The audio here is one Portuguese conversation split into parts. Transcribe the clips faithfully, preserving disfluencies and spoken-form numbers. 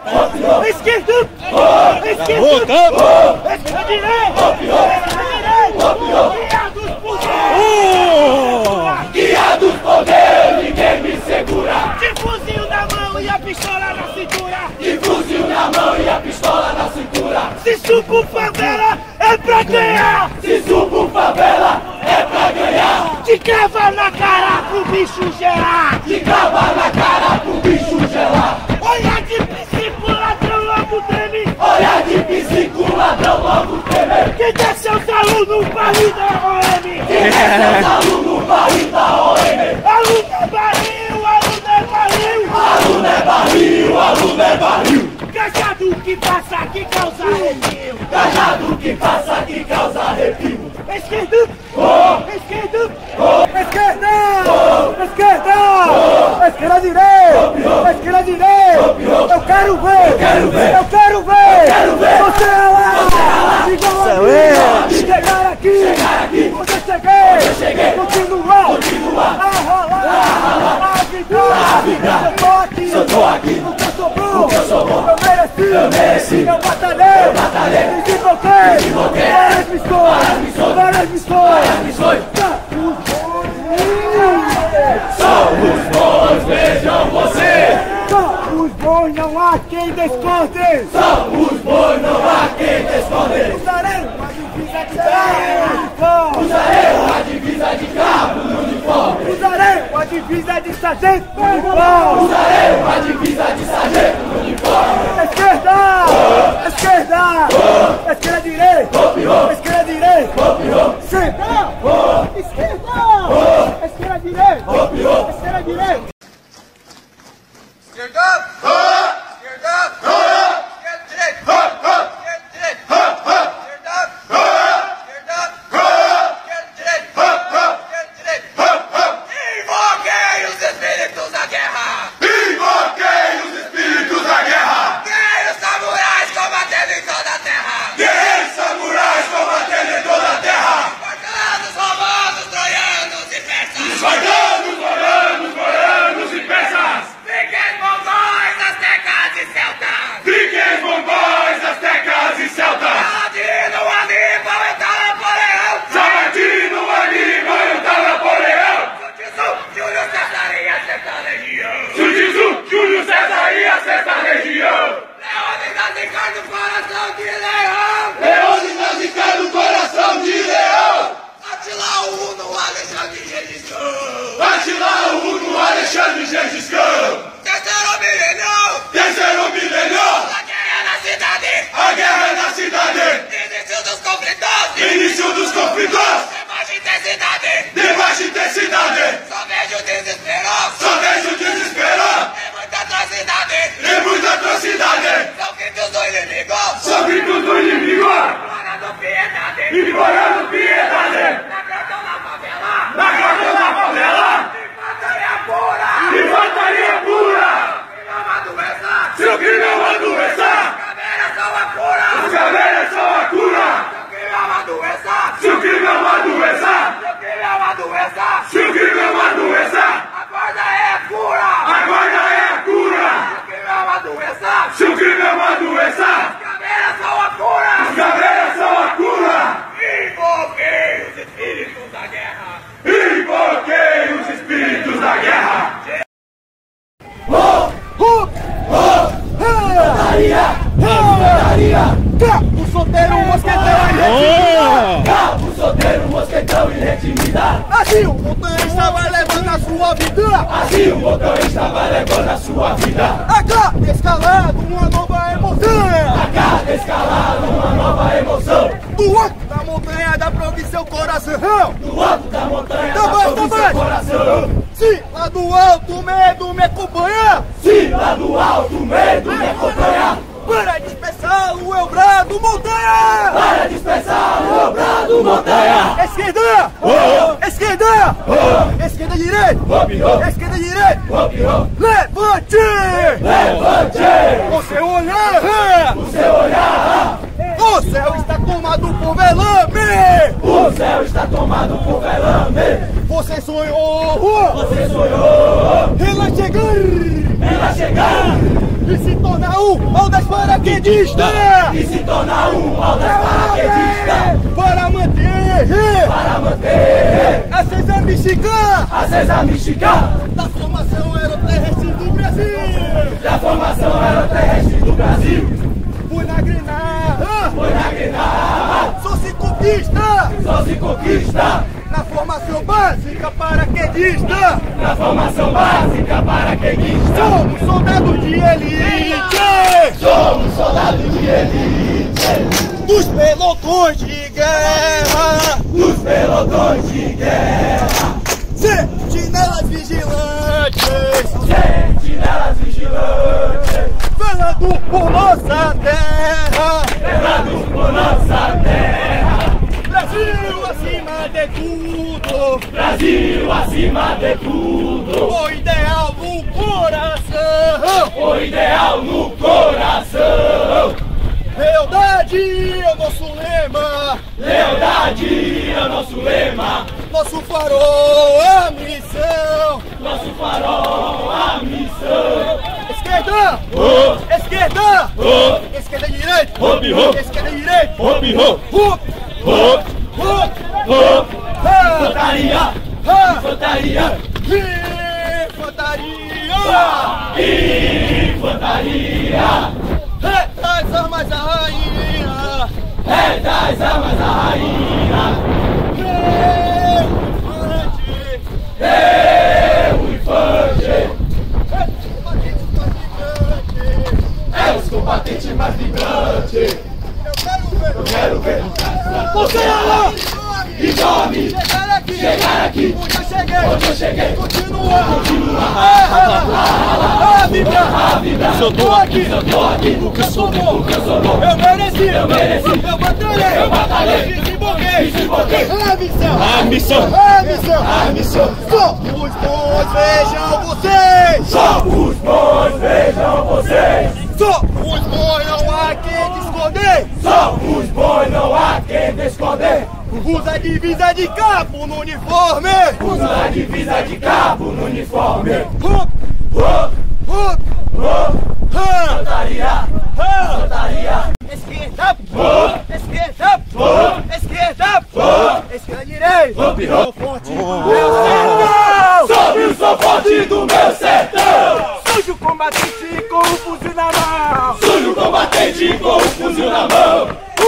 Esquerda! Esquerda! Esquerda direita! Guiados por Deus! Guiados por Deus, ninguém me segura. De fuzil na mão e a pistola na cintura. De fuzil na mão e a pistola na cintura. Se subo favela é pra ganhar. Se subo favela é pra ganhar. De crava na cara pro bicho gerar. De crava na cara pro bicho gelar. Olha de psico, ladrão logo treme. Olha de psico, ladrão logo treme. Quem quer seus alunos barril da O M? Quem quer seus alunos barril da O M? Aluno é barril, aluno é barril. Aluno é barril, aluno é barril. Cajado que passa, que causa arrepio. Cajado que passa, que causa arrepio. Esquerda! Oh! Esquerda! Oh! Esquerda! Oh! Esquerda! Oh! Esquerda direita! Oh! Esquerda direita! Oh! Eu quero ver! Eu quero ver! Eu quero ver! Eu quero ver! Você é lá! Você é lá! Igual a mim! Chegar aqui! Chegar aqui! Onde eu cheguei! eu cheguei! Continuar! Continuar! A rolar! A rolar! A vibrar! A vibrar! Eu tô aqui! Eu tô aqui! Porque eu sou bom! Porque eu sou bom! Eu mereci! Eu mereci! Eu batalhei! Eu batalhei! Me desemboquei! Me desemboquei! Várias missões! Várias missões! Várias missões! Várias missões! Somos bons, vejam você! Somos bons, não há quem desconte! Somos bons, não há quem te esconder! Usarei uma divisa de cabo! Usarei uma divisa de cabo no uniforme! Usarei uma divisa de sargento no uniforme! Usarei uma divisa de sargento no uniforme! Esquerda! Esquerda! Esquerda direita! Copiou! Esquerda direita! Copiou! Central! Esquerda! Esquerda direita! Copiou! Esquerda direita! Esquerda! Esquerda! Esquerda direita! Esquerda direita! Esquerda! Esquerda! Esquerda direita! Esquerda direita! Invoquei os espíritos da guerra! Invoquei os espíritos da guerra! Guerreiros samurais combatendo em toda a terra! Guerreiros samurais combatendo em toda a terra! Espartanos, romanos, troianos e persas! Espartanos, romanos, coreanos e persas! Fiquem mongóis, astecas e celtas! Fiquem mongóis, astecas e celtas! Saladino, Aníbal e tal Napoleão! Saladino, Aníbal e tal Napoleão! Júlio César e a sexta legião! Sun Júlio César e a sexta legião! Leônidas e Ricardo, coração de leão! Leônidas e Ricardo, coração de leão! Atila o Uno, Alexandre e Gengis Khan! Atila o Huno, Alexandre e Gengis Khan! Terceiro milênio! Terceiro milênio! A guerra na cidade! A guerra na cidade! Início dos conflitos! Início dos conflitos! De baixa intensidade! De baixa intensidade! Só vejo desespero! Só vejo desespero! E muita atrocidade! E muita atrocidade! São gritos do inimigo! São gritos do inimigo! Implorando piedade! Implorando piedade! Na grota ou na favela! Na grota ou na favela! Infantaria pura! Infantaria pura! Crime é uma doença! Seu crime é uma doença! Caveiras são a cura! Os caveiras são a cura! Seu crime é uma doença! Seu crime é uma doença! Seu crime é uma doença! Seu crime é uma doença! A guarda é a cura! A guarda é a cura! Seu crime é uma doença! Seu crime é uma doença! Caveiras são a cura! Os caveiras são a cura! Invoquei os espíritos da guerra! Invoquei os espíritos da guerra! Cabo solteiro, mosquetão e retimida! Cabo solteiro, mosquetão e retimida! Assim o motorista vai levando a sua vida! Assim o motorista vai levando a sua vida! A cada escalado, uma nova emoção! A cada escalada, uma nova emoção! Do alto da montanha dá pra ouvir seu coração! Do alto da montanha, Tá dá bom, pra tá ouvir bom. seu coração! Se lá do alto o medo me acompanha! Se lá do alto o medo me acompanhar! Para dispersá-lo eu brado montanha! Para dispersar o brado montanha! Esquerda! Oh! Esquerda! Oh! Esquerda direita! Copiou! Esquerda direita! Copiou! Levante! Levante! O seu olhar! O seu olhar! O céu está tomado por velame! O céu está tomado por velame! Você sonhou! Você sonhou! Ela chegar! Ela chegar! E se tornar um Aldas paraquedista! E se tornar um Aldas paraquedista! Para manter! Para manter! Acesa Mexicana! Acesa Mexicana! Da formação aeroterrestre do Brasil! Da formação aeroterrestre do Brasil! Fui na grinada! Foi na grinada! Só se conquista! Só se conquista! Na formação básica paraquedista! Na formação básica paraquedista! Somos soldados de elite! Somos soldados de elite! Dos pelotões de guerra! Dos pelotões de guerra! Sentinelas vigilantes! Sentinelas vigilantes! Velando por nossa terra! Velando por nossa terra! Brasil acima de tudo! Brasil acima de tudo! O ideal no coração! O ideal no coração! Lealdade é o nosso lema! Lealdade é o nosso lema! Nosso farol é a missão! Nosso farol a missão! Esquerda! Oh, Esquerda! oh, Esquerda e direita! Hop, hop. Esquerda e direita! hop, hop, Hup! hop, Hup! hop! Ha! Infantaria! Ha! Infantaria! Infantaria! Infantaria! É das armas a rainha! É das armas a rainha! É É o infante! É os combatentes mais vibrantes! Eu quero ver! Eu quero ver Você é lá! e nome Chegar aqui! chegar aqui! Onde eu cheguei! Onde eu cheguei! Continua! Continua Ah, ah, ah, vibra! a vibrar! Se eu tô aqui! Se eu tô aqui! O que eu sou bom! O que eu sou bom! Eu mereci! Eu mereci. Eu batalhei! Eu batalhei. Desemboquei! Desemboquei. A missão! A missão! A missão! A missão! Somos bons, vejam vocês! Somos bons, vejam vocês! Somos bons, não há quem te esconder! Somos bons, não há quem esconder! Usa a divisa de cabo no uniforme! Usa a divisa de cabo no uniforme! Hup, Oh, hup, oh, ha, Infantaria! ha. Infantaria! Esquerda, Oh, esquerda, oh, esquerda, oh. esquerda, direita! Hop, hop. Sou forte, meu sertão! Sobe o som forte do meu sertão! Sujo combatente com o fuzil na mão! Sujo combatente com o fuzil na mão!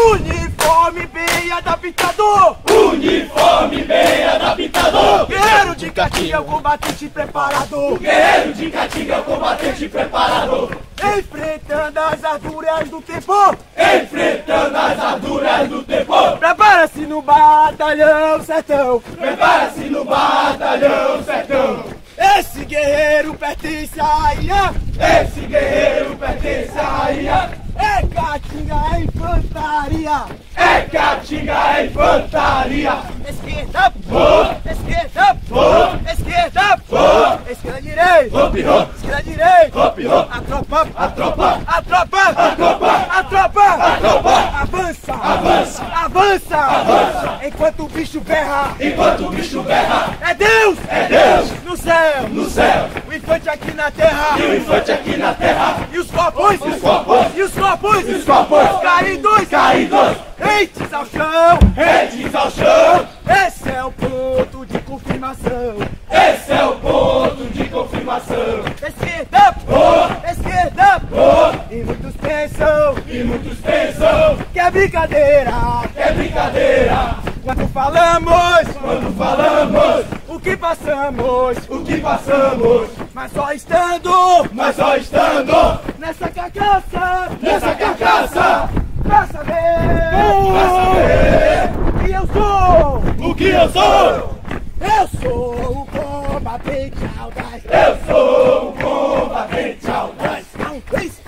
Uniforme bem adaptado! Uniforme bem adaptado! Guerreiro de catinha, o combatente preparado! Guerreiro de Caatinga, combatente preparado! Enfrentando as arduras do tempo! Enfrentando as arduras do tempo! Prepara-se no batalhão sertão! Prepara-se no batalhão sertão! Esse guerreiro pertence à ilha! Esse guerreiro pertence à ilha! É Caatinga, é infantaria! É Caatinga, é infantaria! Esquerda, Oh, esquerda, oh, esquerda, oh. esquerda, direita! Hop, hop, Esquerda, direita! hop, hop! A tropa, A tropa, a tropa, a tropa, a tropa, a tropa! avança, Avança. avança, Avança. enquanto o bicho berra, Enquanto o bicho berra, é Deus, é Deus no céu, no céu! o infante aqui na terra, E o infante aqui na terra! e os copos, Os copos. e os copos, E os copos. caídos, Caídos! rentes ao chão, Redes ao chão! esse é o ponto de confirmação, Esse é o ponto de confirmação! esquerda, Oh, esquerda, oh, e muitos pensam e muitos pensam que é brincadeira, que é brincadeira! quando falamos, Quando falamos o que passamos, o que passamos, mas só estando mas só estando nessa carcaça, nessa carcaça, pra saber, pra saber o que eu sou, o que eu sou! eu sou o combatente audaz, Eu sou um combatente audaz! um, dois,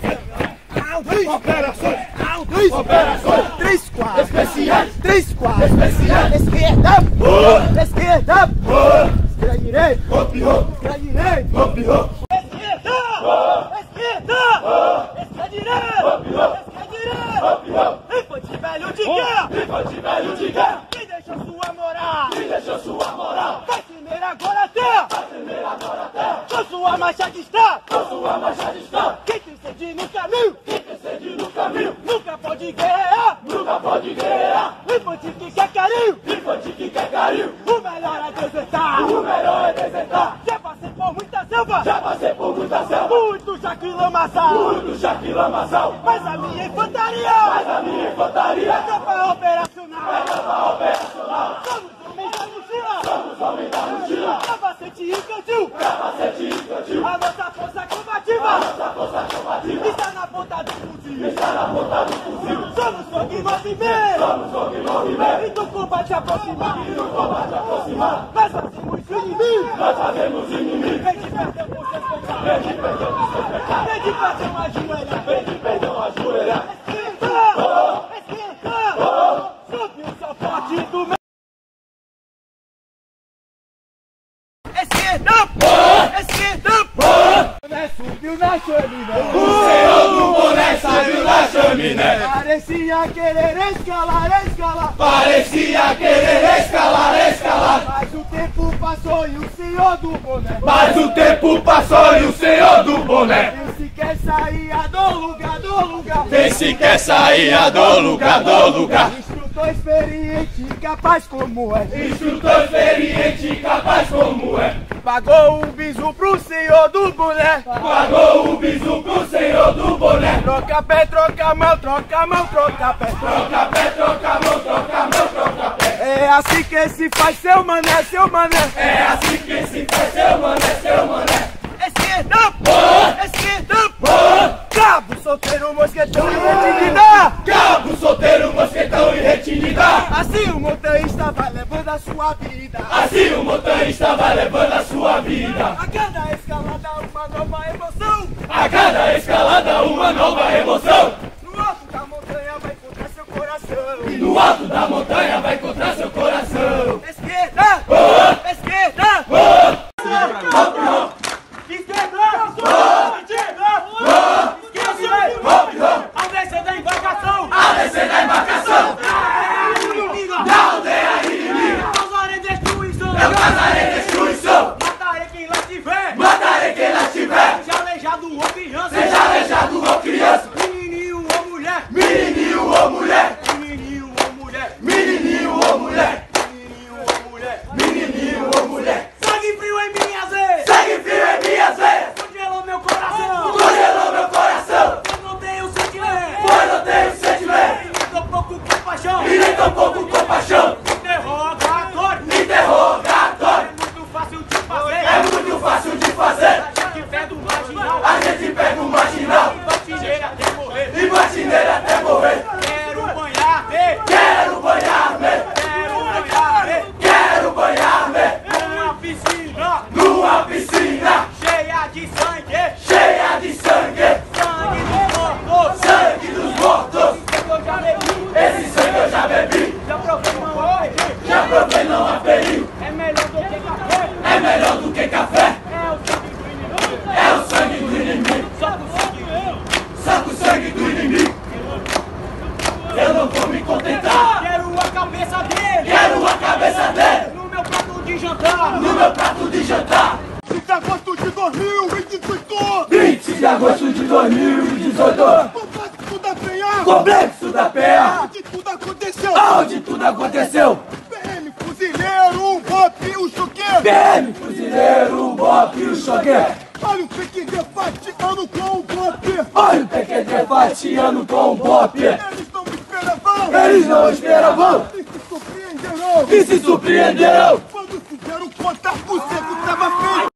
um, dois, Operações um, dois, Operações três, quatro, especiais! três, quatro, Especiais. esquerda, Oh, esquerda, oh, esquerda, direita, hop, hop, esquerda, direita, hop, hop, esquerda, esquerda, esquerda, direita, hop, hop, esquerda, direita, hop, hop! infante velho de guerra, Infante velho de guerra! quem deixou sua moral, Quem deixou sua moral? vai tremer agora a terra, Acender agora a terra! com sua marcha de estado, Com sua marcha de estado! quem tem sede pode guerrear, nunca pode guerrear. Infantil que quer carinho, Infantil que quer carinho, o melhor é desertar. o melhor é desertar. Já passei por muita selva, Já passei por muita selva, muito jaque e lamaçal, muito jaque e lamaçal. mas a minha infantaria, Mas a minha infantaria é tropa operacional. é tropa operacional. Somos homens da mochila, Somos homens da mochila, capacete infantil, capacete infantil. a nossa força combativa Nossa força combativa está na ponta do fuzil. está na ponta do fuzil. Somos fogo e movimento, Somos fogo e movimento. e do combate aproximar. E no combate aproximar, Nós fazemos inimigo, nós fazemos inimigo. vem de perdão por seus pecados, Vem de perdão dos seus pecados. vem de perdão ajoelhar. Vem de perdão ajoelhar. Esquenta, esquenta, sobe o sol forte do meu. Esquenta, esquenta, boné subiu na chaminé. O senhor do boné saiu da chaminé. Parecia querer escalar, escalar, Parecia querer escalar, escalar. mas o tempo passou e o senhor do boné Mas o tempo passou e o senhor do boné nem sequer saía do lugar, do lugar. nem sequer saía do lugar, do lugar. Instrutor experiente, capaz como é, Instrutor experiente, capaz como é. pagou um bisu pro senhor do boné. Pagou o bisu pro senhor do boné. Troca pé, troca mão, troca mão, troca pé. Troca pé, troca mão, troca mão, troca pé. É assim que se faz, seu mané, seu mané. É assim que se faz, seu mané, seu mané. Esquerda, esquerda, cabo, solteiro, mosquetão e retinida. Cabo, solteiro, mosquetão e retinida. Assim o motorista vai levando a sua vida. Assim o motorista vai levando a sua vida. A cada escalada uma nova emoção. A cada escalada uma nova emoção. No alto da montanha vai encontrar seu coração. E no alto da montanha vai encontrar seu coração. Esquerda, esquerda, esquerda, esquerda, ao descer da embarcação, A descer da embarcação, inimiga, da aldeia inimiga, causarei destruição, eu causarei destruição. matarei quem lá tiver, Matarei quem lá estiver, seja aleijado ou criança, seja aleijado ou criança, menininho ou mulher, menininho ou mulher, menininho ou mulher, menininho ou mulher, menininho ou mulher, menininho ou mulher. sangue frio em minhas veias, Sangue frio em minhas veias, congelou meu coração, congelou meu coração, eu não tenho sentimento, pois não tenho sentimento, tô pouco compaixão, e nem tão pouco compaixão. interrogatório, Interrogatório, é muito fácil de fazer, é muito fácil de fazer. a gente pega o marginal, A gente pega o marginal batineira até morrer, e bate nele até morrer. quero banhar-me, Quero banhar-me, quero banhar-me, quero banhar-me numa piscina numa piscina cheia de sangue, cheia de sangue, sangue dos mortos, sangue dos mortos. eu já bebi, Esse sangue eu já bebi, já provei não hoje, já provei, não aferiu. é melhor do que café, É melhor do que café, é o sangue do inimigo, é o sangue do inimigo, só com sangue eu, só com o sangue do inimigo. Eu não vou me contentar, quero a cabeça dele, quero a cabeça dele no meu prato de jantar, no meu prato de jantar. de agosto de dois mil e dezoito, vinte de agosto de dois mil e dezoito, complexo da Penha, Complexo da Penha, onde tudo aconteceu, onde tudo aconteceu. P M, fuzileiro, um golpe, o choqueiro, P M, fuzileiro, o Bop e o choqueiro. olha o pequeno fatiando com o golpe, Olha o P Q D fatiando com o Bop. eles não me esperavam, Eles não esperavam e se surpreenderão, e se surpreenderam quando fizeram contar o seco tava feito.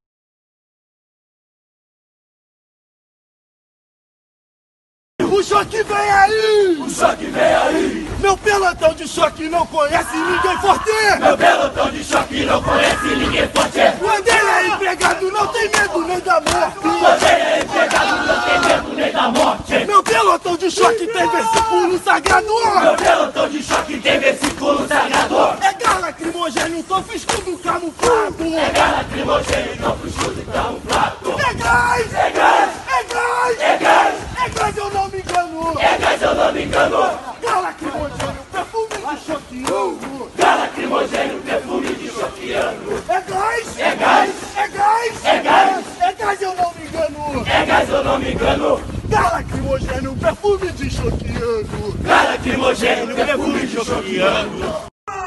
O choque vem aí! O choque vem aí. Meu pelotão de choque não conhece ninguém forte! Meu pelotão de choque não conhece ninguém forte. Quando ele é empregado não tem medo nem da morte! Você é empregado, não tem medo nem da morte. Meu pelotão de choque tem versículo sagrado! Meu pelotão de choque tem versículo sagrado. É gás lacrimogênio, sofre escudo camuflado! É gás lacrimogênio, não escudo e camuflado. É gás! É gás, É gás! é gás, É gás, eu não me engano! é gás, eu não me engano. Gás lacrimogênio, perfume de choqueando! Gás lacrimogênio, perfume de choqueando. É gás! É gás, É gás! é gás, É gás, eu não me engano! é gás, eu não me engano. Gás lacrimogêneo, perfume de choqueando. Gás lacrimogêneo, perfume de choqueando.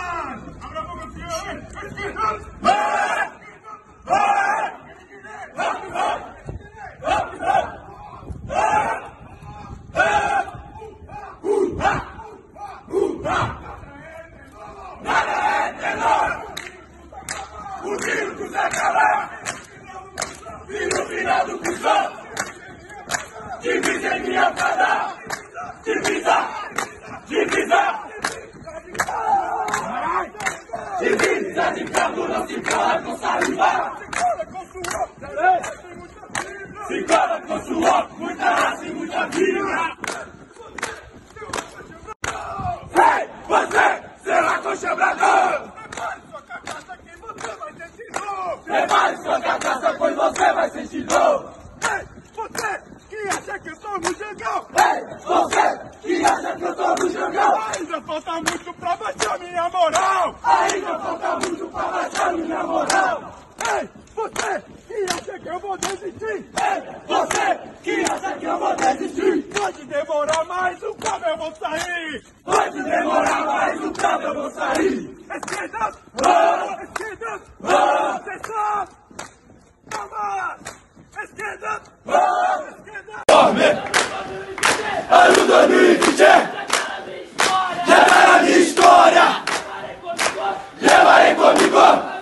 O circo se acabar e no final do cuzão divisa em minha fada, divisa, divisa, divisa de campo não se cola com saliva, se cola com suor, muita raça e muita vida. Ei, você, será coxambrador? Prepare sua cachaça, pois você vai sentir dor. Ei, você que acha que eu tô no jangão. Ei, você que acha que eu tô no jangão. Ainda falta muito pra baixar minha moral. Ainda falta muito pra baixar minha moral. Ei, você que acha que eu vou desistir. Ei, você que acha que eu vou desistir. Pode demorar mais, o cabo eu vou sair. Pode demorar mais, o cabo eu vou sair. Esquerda, Ah! esquerda, Ah! atenção, calma, esquerda, Ah! esquerda. Ano dois mil e vinte, já tá na minha história. Levarei comigo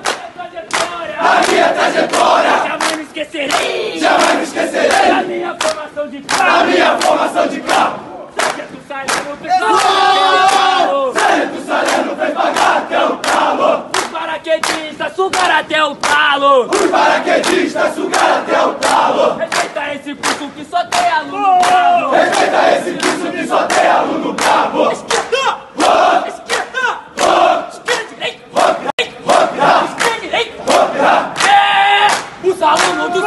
a minha trajetória. Jamais me esquecerei Jamais me esquecerei da minha formação de da carro. minha formação de carro. Sargento Salerno fez pagar Sargento Salerno fez pagar até o talo. os paraquedistas sugaram até o talo. Os paraquedistas sugaram até o talo. Respeita esse curso que só tem aluno bravo. Respeita esse curso que só tem aluno bravo. Esquerda, Oh, esquerda, oh, esquerda, direita, oh, direita, oh, esquerda, direita. oh, É, os alunos do C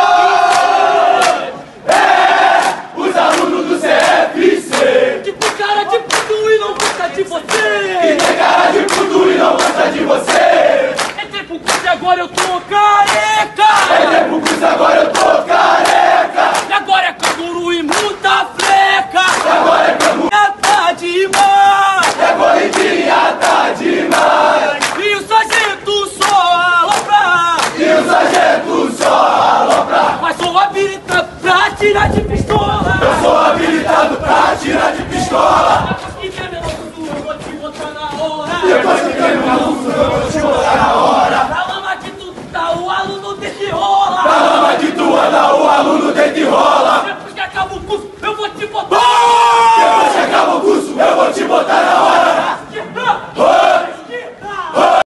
F Os alunos do C F C que tem cara de puto e não gosta de que você. tem cara de puto e não gosta de você. Entrei pro curso e agora eu tô careca. Entrei pro curso, agora eu tô careca. E agora é canguru e muita fleca. Agora é canguru, Tá demais. é corridinha, tá demais. E o sargento só alopra. E o sargento só alopra. Mas sou habilitado pra tirar de pistola. Eu sou habilitado pra tirar de pistola. E tem meu nome, eu vou te botar na hora. Depois que tem uma luta, eu vou te botar na hora. Na lama que tu tá, o aluno desse rola. Na lama que tu anda, o aluno dentro e rola. Depois que acaba o curso, eu vou te botar. Depois que acaba o curso, eu vou te botar na hora. Esquerda, Oh, esquerda.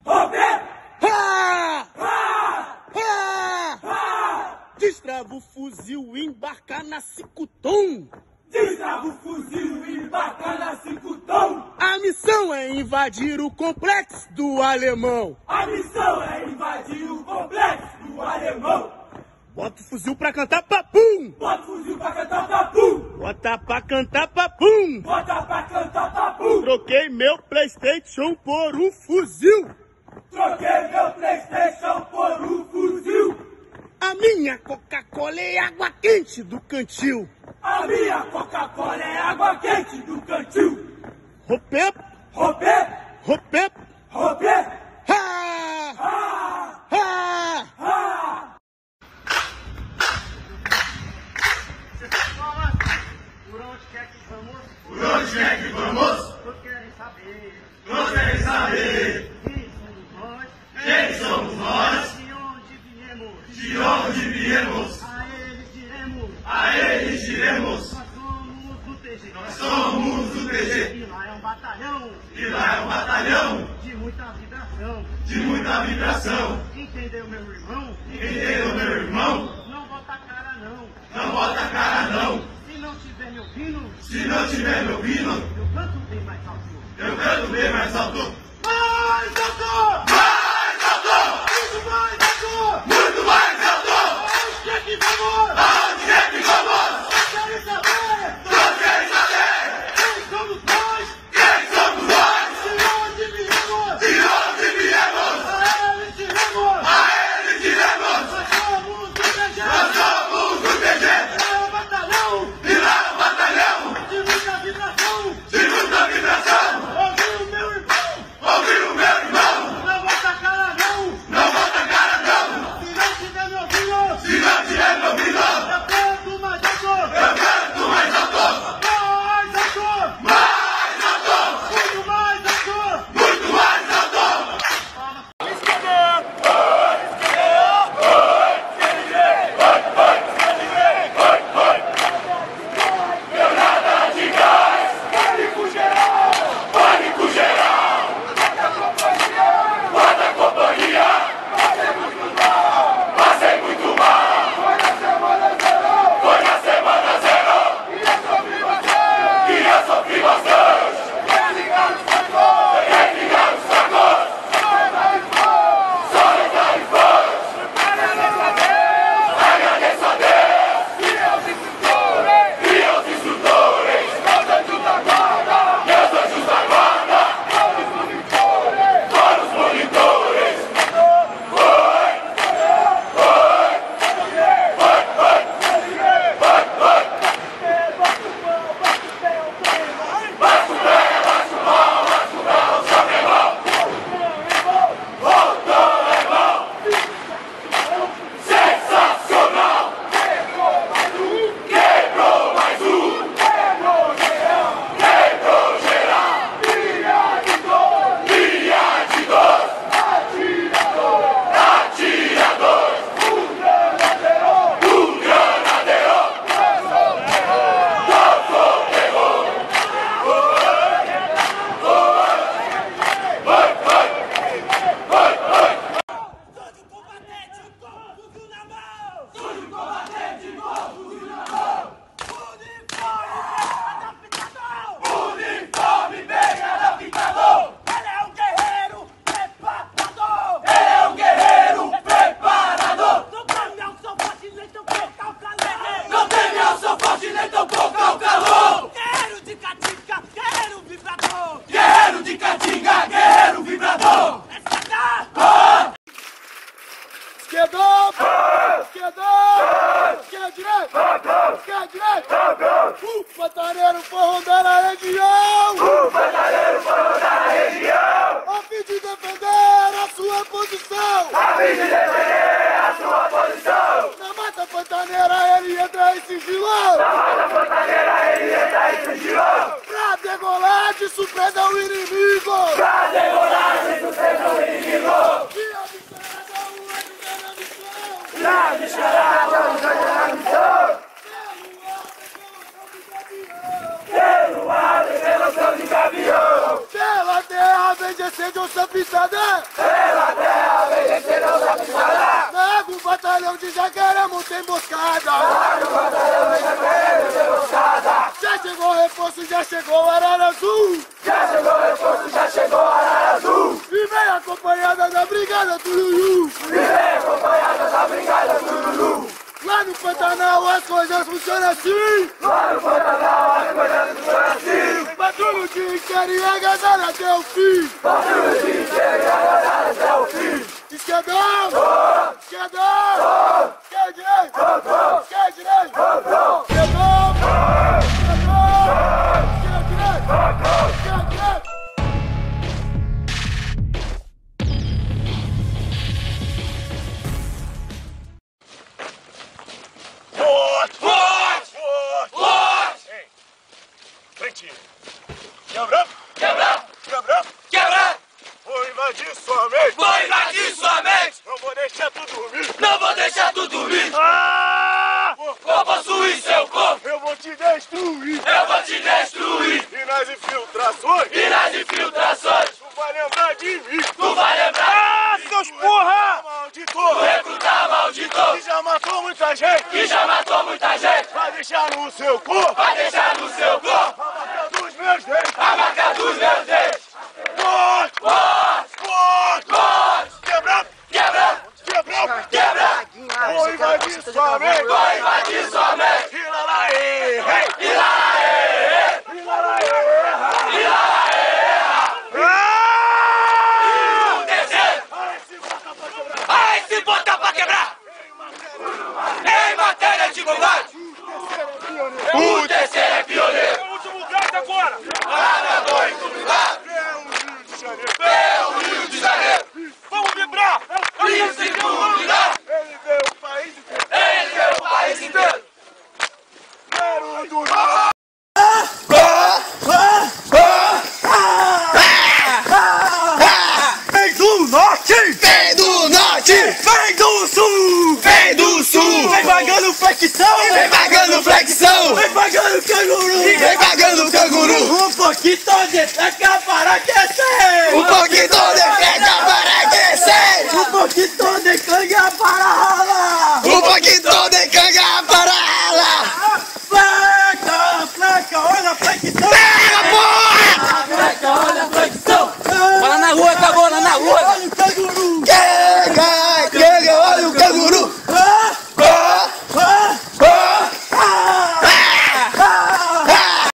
Destrava o fuzil e embarca na Cicutum. Destrava o fuzil e embarca na cinco tom. A missão é invadir o complexo do alemão. A missão é invadir o complexo do alemão. Bota o fuzil pra cantar papum. Bota o fuzil pra cantar papu. Bota pra cantar papum. Bota pra cantar papu. Troquei meu PlayStation por um fuzil. Troquei meu PlayStation por um fuzil. A minha Coca-Cola é água quente do cantil. A minha Coca-Cola é água quente do cantil. Ropê, Ropê, ropê, ropê. ha, Ah, ha. ah. Por onde quer que vamos, Por onde quer que vamos? todos querem saber Todos querem saber quem somos nós, quem somos nós, de onde viemos, de onde viemos. a eles diremos, A eles diremos, nós somos do T G, somos do T G. e lá é um batalhão E lá é um batalhão de muita vibração. de muita vibração. Entendeu, meu irmão? Entendeu, meu irmão? Não bota a cara não, Não bota a cara não. se não estiver me ouvindo, Se não tiver me ouvindo, eu canto bem mais alto. eu canto bem mais alto. Mais alto! Mais alto! Muito mais alto! Muito mais alto! Onde quer que vamos? Aonde é que vamos? Querem saber Todos querem saber quem somos nós? quem somos nós, De onde viemos? de onde viemos. A eles diremos. A eles diremos, Nós somos do T G. nós somos do T G. É o batalhão E lá pantaneiro for rondar a região. O pantaneiro for rondar a região. A fim de defender a sua posição. A fim de defender a sua posição. Na mata pantaneira ele entra em sigilo. Na mata pantaneira ele entra em sigilo. Pra degolar de surpresa o inimigo. Pra degolar de surpresa o inimigo. E a descarada é o ganho na missão. Pelo ar e pelo céu de caminhão. Pela terra vem descendo onça pisada. Pela terra vem descendo onça pisada. Na água o batalhão de Jacaré monta emboscada. Na água o batalhão de Jacaré monta emboscada. Já chegou reforço, já chegou Arara Azul. Já chegou reforço, já chegou Arara Azul. E vem acompanhada da Brigada Tururu. E vem acompanhada da Brigada Tururu. Lá no Pantanal as coisas funcionam assim. Lá no Pantanal as coisas funcionam assim. Patrulho de inteiro e agasalho até o fim. Patrulho de inteiro e agasalho até o fim. Esquerdão! Oh! Esquerdão! Oh! Esquerda direita! Oh! Oh! Esquerda direita! Oh! Oh! Esquerdão! Oh! Esquerdão! Oh! Esquerda direita! Oh! Oh! Esquerda direita! Forte! Forte! Forte! Forte! Ei! Frente! Quebrando! Quebrando! Quebrando! Quebrando! Vou invadir sua mente! Vou invadir sua mente! Não vou deixar tu dormir! Não vou deixar tu dormir! Ah! Vou possuir seu corpo! Eu vou te destruir! Eu vou te destruir! E nas infiltrações! E nas infiltrações! Tu vai lembrar de mim! Tu vai lembrar! Ah, seus porra! Malditor! Tu recrutar malditor! Que já matou muita gente! Que já matou muita gente! Vai deixar no seu corpo! Vai deixar no seu corpo! A marca dos meus dentes! A marca dos meus dentes! Forte! Forte! Forte! Forte! Quebrando! Quebrando! Quebrando! Quebrando! Vou invadir sua mente! Vou invadir sua mente! E lá lá, ei, ei! E lá, lá, é, E lá lá, ei, e lá, lá, é, Ah! o terceiro! Aí se bota pra quebrar! Aí se botar pra quebrar! Em matéria de combate! O terceiro é pioneiro! É o último gás agora! Nadador incubilado! É o Rio de Janeiro! É o Rio de Janeiro! Vamos vibrar! Príncipe iluminado! Ele veio o país inteiro! Ele veio o país inteiro! Quero dormir! Vem do norte! Vem do norte! Vem do sul! Vem do sul! Vem pagando flexão! Vem pagando flexão! Vem pagando canguru! Vem pagando canguru! Um pouquinho de fleca para aquecer! Um pouquinho de fleca para aquecer! Um pouquinho de canga para ralar! Um pouquinho de canga para ralar! Fleca, fleca, olha a flexão! Pega, porra! Fleca, olha a flexão! Bola na rua, acabou, bola na rua! Olha o canguru! Canga, canga, olha o canguru! Ah, Ah, ah, ah, ah, ah, ah.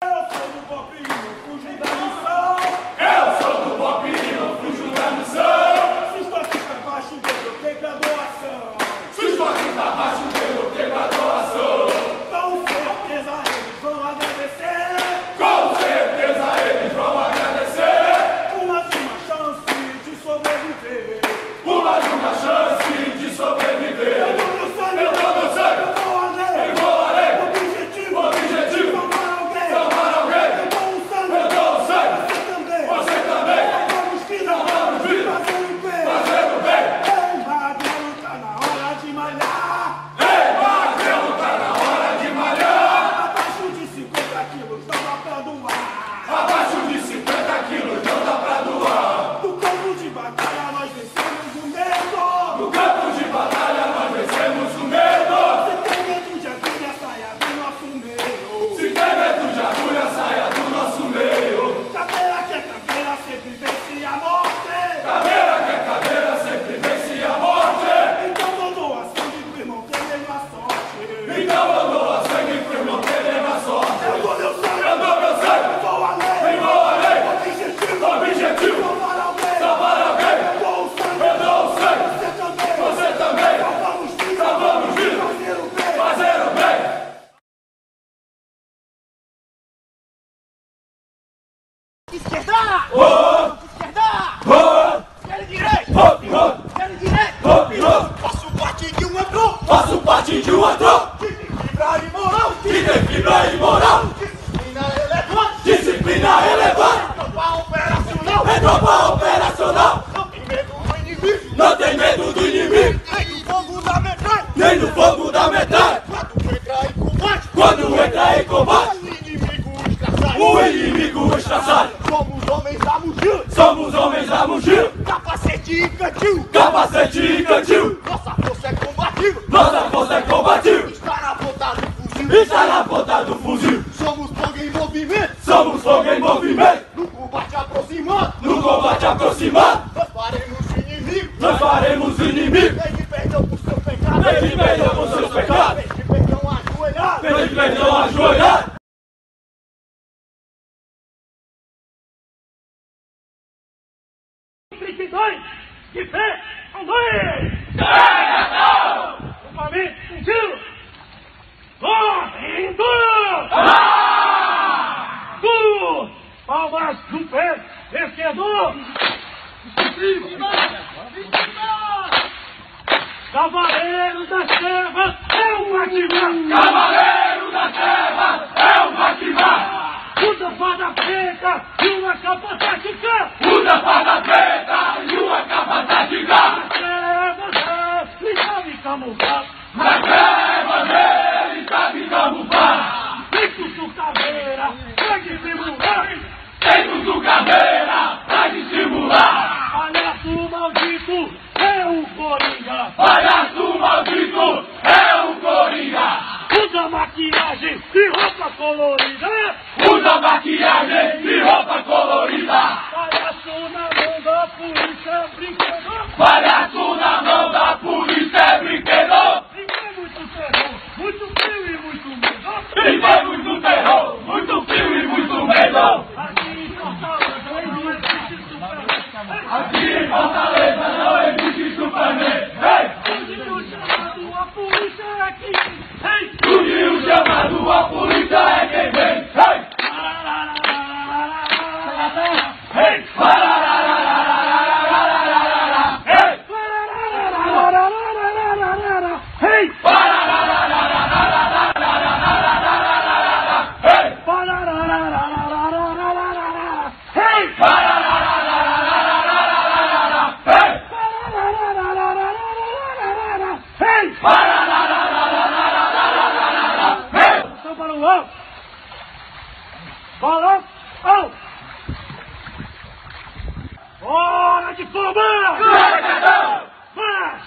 Eu sou do pop e não fujo da missão! Se estou aqui pra baixo, eu tenho graduação! Se estou aqui pra baixo, eu tenho a doação! Com certeza eles vão agradecer! Com certeza eles vão agradecer! Uma de uma chance de sobreviver! Uma de uma chance de sobreviver! Eu dou meu sangue! Eu dou meu sangue! Eu vou além! Eu vou além! O objetivo! O objetivo! Salvar alguém! Salvar alguém! Eu dou um sangue! Eu dou o sangue! Você também! Você também! Salvamos vida! Salvamos vida! Fazendo bem! Fazendo bem! Ei, Magrelo, tá na hora de malhar! Ei, Magrelo, tá na hora de malhar! Abaixo de cinquenta quilos, não dá pra doar! Abaixo de cinquenta quilos não dá pra doar! No campo de batalha nós vencemos o medo! No campo de batalha nós vencemos o medo! Se tem medo de agulha, saia do nosso meio! Se tem medo de agulha, saia do nosso meio! Caveira que é caveira, sempre vence a morte! Caveira que é caveira, sempre vence a morte! Então eu dou a sangue pro irmão ter mesma sorte! Então eu dou a sangue pro irmão ter mesma sorte! Eu dou meu sangue! Eu dou meu sangue! Eu vou além! Eu vou além! Esquerda! Oh! Esquerda! Oh! Esquerda e direita! Hop, hop, Esquerda e direita! hop, hop. Faço parte de uma tropa! Faço parte de uma tropa Que tem fibra e moral! que tem fibra e moral. Disciplina elevada! Disciplina elevada. Tropa operacional! É tropa operacional. Não tem medo do inimigo! Não tem medo do inimigo. Nem do fogo da metralha! Nem do fogo da metralha. Quando entra em combate! Quando entra em combate, O inimigo estraçalha! o inimigo estraçalha. Somos homens da mochila! Somos homens da mochila. Capacete e cantil! Capacete e cantil. Nossa força é combativa! Nossa força é combativa. Está na ponta do fuzil! Está na ponta do fuzil. Somos fogo em movimento! Somos fogo em movimento. No combate aproximado! No combate aproximado, Nós faremos o inimigo! nós faremos o inimigo. Pede perdão por seu pecado! Pede perdão por seus pecados. Pede perdão ajoelhado! Pede perdão ajoelhado. trinta e dois, de pé, um, dois! Equipamento, um tiro! Correndo! Tu! Palmas no pé, vencedor! Cavaleiro da Serra é um Batimar! Cavaleiro da Serra é um Batimar. Usa fada preta e uma capa tática! Usa fada preta e uma capa tática. É você, e sabe camuflar! Nas trevas ele sabe camuflar. Feito sua caveira, vai dissimular! Feito do caveira pra dissimular. Palhaço maldito é o Coringa! Palhaço maldito é o Coringa. Usa maquiagem e roupa colorida! Usa maquiagem e roupa colorida. Palhaço na mão da polícia brinquedo! Palhaço na mão da polícia é brinquedo. E tem muito terror, muito frio e muito medo! E tem muito terror, muito frio e muito medo. Aqui em Fortaleza não existe super. Aqui em Fortaleza não existe Superman. Ei! Tudo chamado a polícia é aqui! Ei! Tudinho chamado, a polícia é quem vem. Ei! Ei! Ei! Para o alto! Bola alto! Hora de tomar! Mas!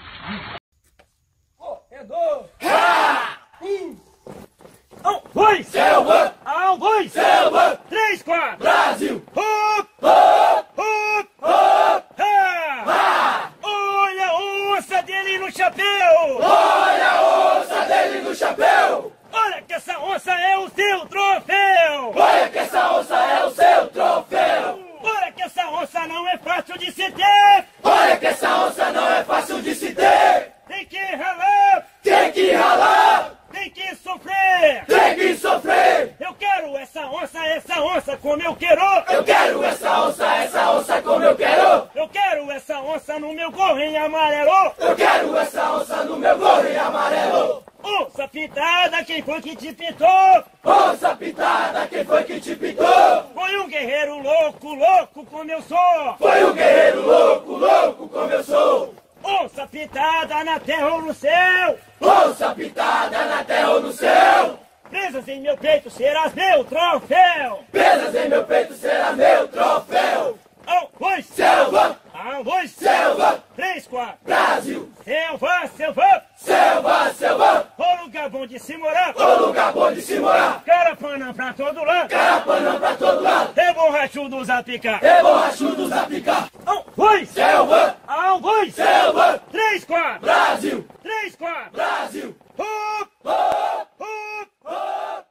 Corredor! Um, dois! Selva! Um, dois! Selva! Três, quatro! Brasil! Hop! Hop! Hop! Hop! Ha! Olha a onça dele no chapéu! Olha a onça dele no chapéu! Olha que essa onça é o seu troféu! Olha que essa onça é o seu troféu! Olha que essa onça não é fácil de se ter! Olha que essa onça não é fácil de se ter! Tem que ralar! Tem que ralar! Tem que sofrer! Tem que sofrer! Eu quero essa onça, essa onça como eu quero! Eu quero essa onça, essa onça como eu quero! Eu quero essa onça no meu gorro em amarelo! Eu quero essa onça no meu gorro em amarelo! Onça pintada, quem foi que te pintou? Onça pintada, quem foi que te pintou? Foi um guerreiro louco, louco como eu sou! Foi um guerreiro louco, louco como eu sou! Onça pintada na terra ou no céu! Onça pintada na terra ou no céu! Presas em meu peito serás meu troféu! Presas em meu peito será meu troféu! Um, dois! Selva! Um, dois! Selva! Três, quatro! Brasil! Selva, selva! Selva, selva! Ô lugar bom de se morar! O lugar bom de se morar! Carapana pra todo lado! Carapanã pra todo lado! É borrachudos a picar! É borrachudos a picar! Um, dois! Selva! Um, dois! Selva! Três, quatro! Brasil! Três, quatro! Brasil! Hop! Hop! Hop! Hop!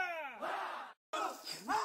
Ha!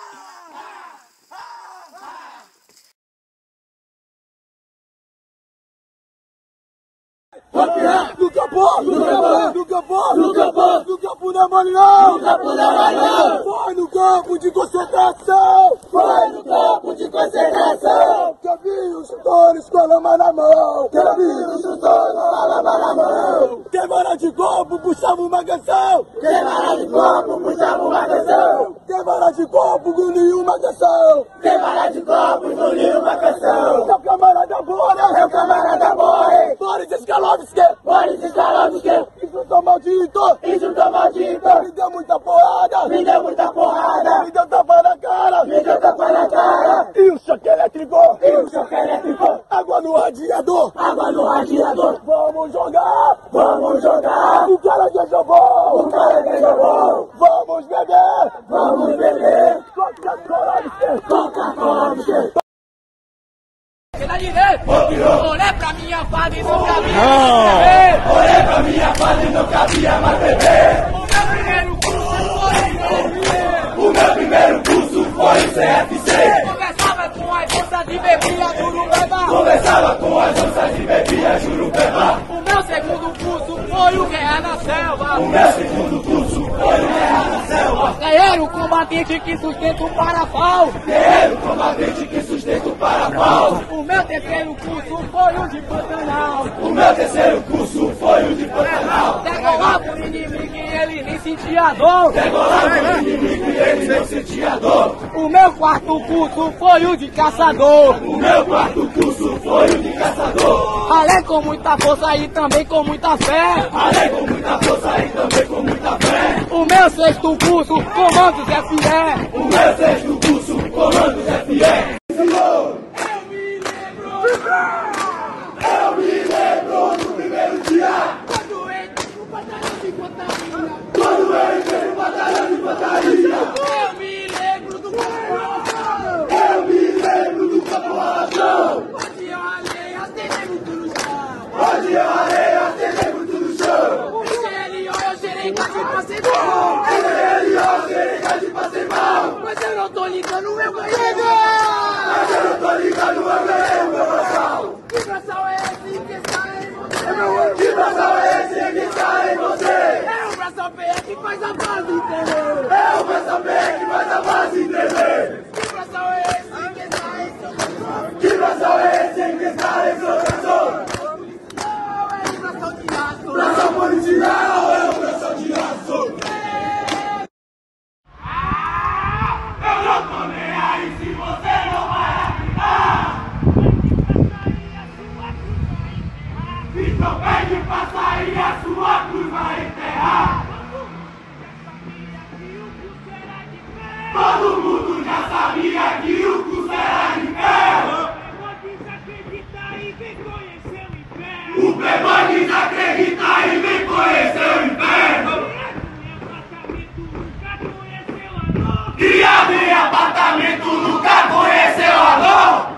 rock no campo, no campo, no campo, no campo, no campo não é mole não, no campo não é mole não. Foi no campo de concentração, foi no campo de concentração. Que eu vi os chutores com a lama na mão, que eu vi os chutores com a lama na mão. Queimara de corpo, puxava uma canção, queimara de corpo, puxava uma canção. Queimara de corpo, engoliu uma canção, queimara de corpo, engoliu uma canção. Meu camarada Bora, meu camarada Bora, Boris Skalovski, Boris Skalovski. Insultou maldito, insultou maldito. Me deu muita porrada, me deu muita porrada. Me deu tapa na cara, me deu tapa na cara. E o choque elétrico, e o choque elétrico. Água no radiador, água no radiador. Vamos jogar, vamos jogar. O cara que jogou, o cara que jogou. Vamos beber, vamos beber. Coca-Cola, Coca-Cola. Da direita, olhei pra minha fada e não cabia Não. mais beber. Olhei pra minha fada e não cabia mais beber. O meu primeiro curso foi O meu primeiro curso foi o o C F C. Conversava com as moças de bebia Jurupeba. Conversava com as onças e bebia Jurupeba. O meu segundo curso foi o Guerra na Selva. O meu segundo curso foi o Guerra na Selva. Guerreiro combatente que sustenta o parafal. Guerreiro combatente que sustenta o parafal. O meu terceiro curso foi o de Pantanal. O meu terceiro curso foi o de Pantanal. Degolava o inimigo e ele nem sentia dor. Degolava o inimigo e ele não sentia dor. O meu quarto curso foi o de caçador. O meu quarto curso foi o de caçador. Ralei com muita força e também com muita fé. Ralei com muita força e também com muita fé. O meu sexto curso, comandos F E. O meu sexto curso, comandos F E. Eu me lembro do primeiro dia, Quando eu entrei no batalhão de infantaria. quando eu entrei no batalhão de infantaria. Eu me lembro do coração. Eu me lembro do campo Ralachão, Onde eu ralei até muito no chão. onde eu ralei até muito no chão. O G L O eu gerei quase passei mal. Ele ó, xereca de passei mal, Mas eu não tô ligando, eu ganhei. mas eu não tô ligado, eu ganhei o meu braçal. Que braçal é esse que está em você? Que braçal é esse que está em você? É o braçal P E que faz a base, entendeu? É o braçal P que faz a base tremer. Que braçal é esse que está em seu coração? Que braçal é esse que está em seu coração? Não, é o braçal de aço. Braçal policial é o braçal de aço. Eu não tô nem aí se você não vai apitar. Então pede pra sair, a sua cruz vai enterrar. Todo mundo já sabia que o curso era de ferro. O playboy desacredita e vem conhecer o inferno. Criado em apartamento, nunca conheceu a dor.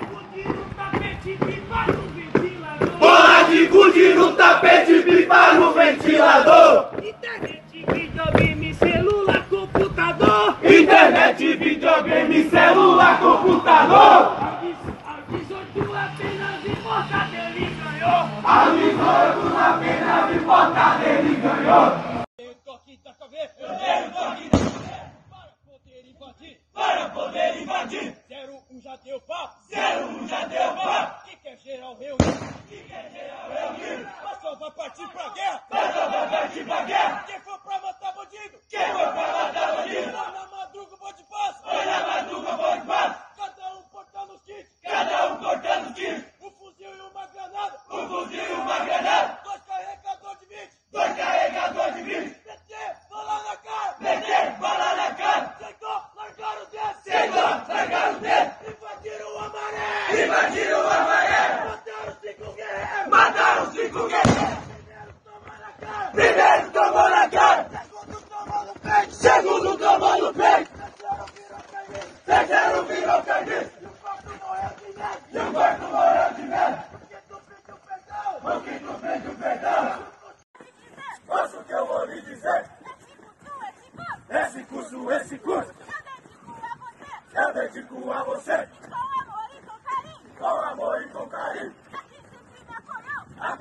Bola de gude no tapete, pipa no ventilador. Internet, videogame, celular, computador. Internet, videogame, celular, computador. Aos dezoito apenas importado ele ganhou. A dezoito apenas importada ele ganhou. Eu tô aqui da cabeça. Eu tenho toque da Para poder invadir. para poder invadir. Zero um já deu papo. Zero um já deu pá. Que quer geral reunido. Que quer geral reunido. Mas só vai partir pra guerra. Mas só vai partir pra guerra. Quem for pra matar bandido. Quem for pra matar bandido. Vai na madruga, vou de paz. Vai na madruga, vou de paz. Cada um portando os kits. Cada um cortando tiro. Um fuzil e uma granada. Um fuzil e uma granada. Dois carregadores de vinte. Dois carregadores de vidro. Meter, bola na cara. Meter bala na cara. Sentou, largaram o dedo. Sentou, largaram o dedo. Invadiram o amarelo. Invadiram a maré. Mataram cinco guerreiros. Mataram cinco guerreiros. Primeiro tomar na cara. Primeiro tomou na cara. Segundo tomou no peito. Segundo tomou no peito. Terceiro virou carniça. Terceiro virou carniça. E o quarto morreu de medo. E o quarto morreu de medo. Porque tu pediu perdão. O que tu fez o perdão? Faça o que eu vou lhe dizer. Esse curso, esse curso, eu dedico a você. Com amor e com carinho. A quem sempre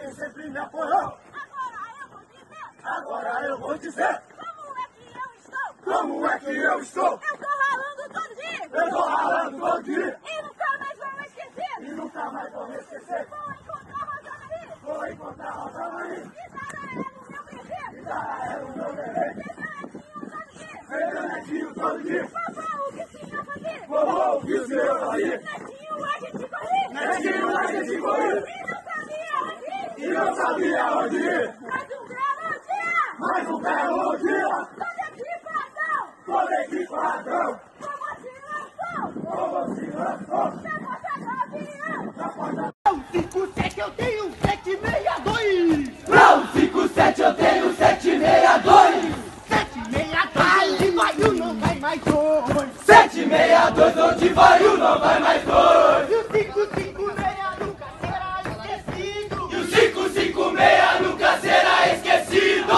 me apoiou. Agora eu vou dizer. Como é que eu estou? Como é que eu estou? Eu tô ralando todo dia. Eu tô ralando todo dia. E nunca mais vou me esquecer. E nunca mais vou me esquecer. Vou encontrar Rosa Maria. Vou encontrar Rosa Maria. E Sara era o meu bebê. E Sara era o meu bebê. Feito netinho todo dia. Feito netinho todo dia. Vovô, o que o senhor fazia? Vovô, o que o senhor fazia? Netinho, a gente corria. Netinho, a gente corria. E não sabia onde ir. E não sabia onde ir. Mais um belo dia. Mais um belo dia. Toda equipadão. Toda equipadão. Como se lançou. Como se lançou. Da porta cinco sete eu tenho sete seis dois. Não, cinco sete eu tenho sete seis dois. sete seis dois e vai um, não vai mais dois. sete seis dois onde vai um, não vai mais dois. E o cinco cinco seis nunca será esquecido. E o cinco cinco seis nunca será esquecido.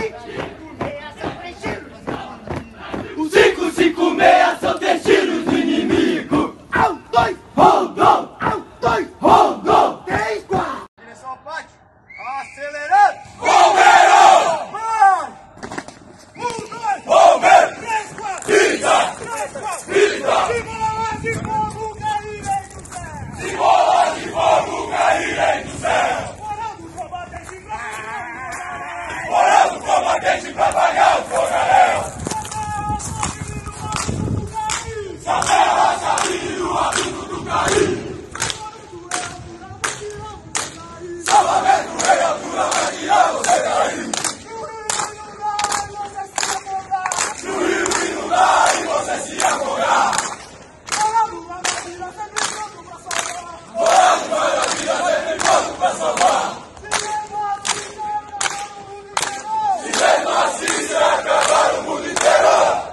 Os cinco cinco seis são três tiros do inimigo. Um, dois, rondon. Um, dois, rondon. Três, quatro. Direção ao pátio. Acelerando. Bombeiro! Vai. Um, dois. Bombeiro! Três, quatro. Vida! Três, quatro. Vida! Simbola de fogo cairei do céu. Se bola de fogo caírem do céu. Morando combatente vai. Morando combatente pra pagar o fogaréu. Na terra sabido o abrigo do cair. Salvamento, rei, altura, vai tirar você daí. No rio que não dá e você se afogar. Morando vai na vida sempre pronto pra salvar. E mesmo assim se acabar o mundo inteiro.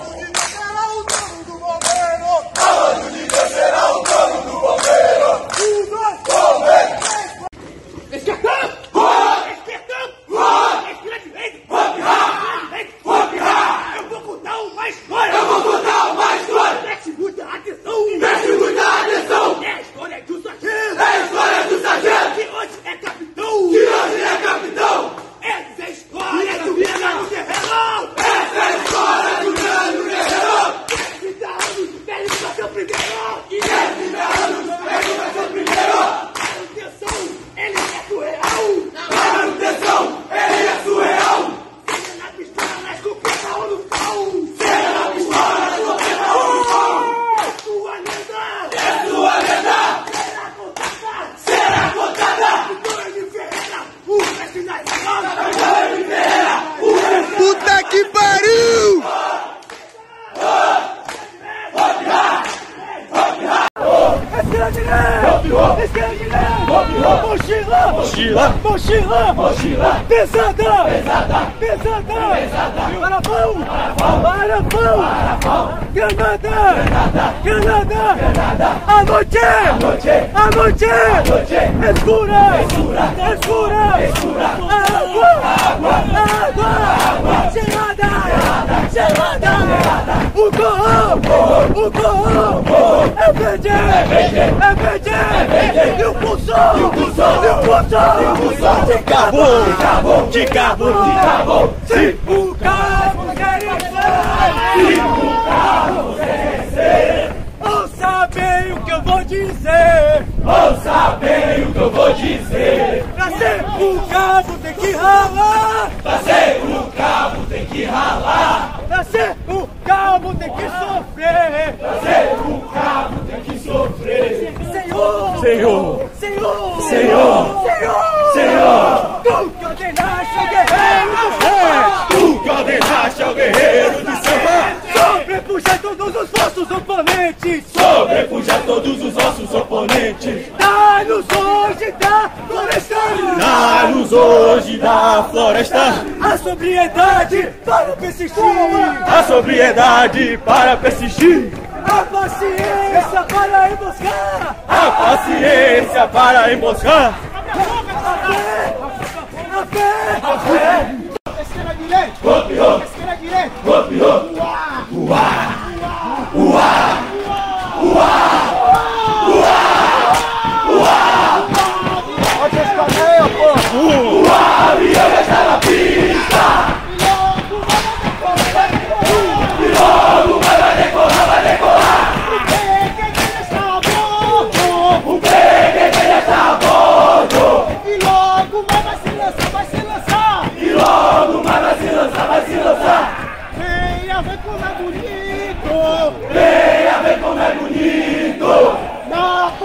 Falando de Deus será o dono do bombeiro. Bombeiro! Esquerda! Voa! Esquerda! Voa! Esquerda direita! Vou pirrar! Vou pirrar! Eu vou contar uma história! Eu vou contar uma história! Preste muita atenção! Preste muita atenção! É a história do sargento! É a história do sargento! Que hoje é capitão! Que hoje é capitão! Essa é a história do grande guerreiro! Essa é a história do grande guerreiro! trinta anos de velho pra ser o primeiro! E dez trinta anos ele vai ser o primeiro! Manutenção, ele é surreal! Na manutenção, ele é surreal! Seja na pistola, na escopeta ou no pau! Seja na pistola, na escopeta ou no pau! É sua lenda! É sua lenda! Será contada! Será contada! Vitória de Ferreira, o mestre da escola! Vitória de Ferreira, o mestre Puta que pariu! Esquerda direita! Esquerda direita! Mochila! Mochila! Mochila! Mochila! Pesada! Pesada! Pesada! Pesada! Parafão! Parafão! Parafão! Parafão! Granada! Granada! Granada! Granada! A noite! A noite! A noite! A noite! Escura! Escura! Escura! Escura! Água! Água! Água! Água! Gelada! Gelada! Gelada! Gelada! O corro! O corro! É verde! É verde! É verde! É verde! E o pulso! E o pulso! E o pulso! E o pulso! De cabo! De cabo! De cabo! De cabo! Se o cabo quer Se o carro descer, ouça bem o que eu vou dizer. ouça bem o que eu vou dizer. Pra ser o cabo tem que ralar. Pra ser o cabo tem que ralar. Pra ser o cabo tem que sofrer. Pra ser o cabo tem que sofrer. Senhor! Senhor! Senhor! Senhor! Senhor! Senhor! Tu que ordenaste ao guerreiro do céu! Tu que ordenaste ao guerreiro de céu. Sobrepujar todos os vossos oponentes! Sobrepujar todos os nossos oponentes. Dá-nos hoje da floresta! Dá-nos hoje da floresta A sobriedade para persistir! a sobriedade para persistir. A paciência para emboscar! A paciência para emboscar. A fé! A fé! A fé. Esquerda direita! Copiou, Esquerda direita! copiou. Uá! Uá! Uá! Uá! Pode responder, pô!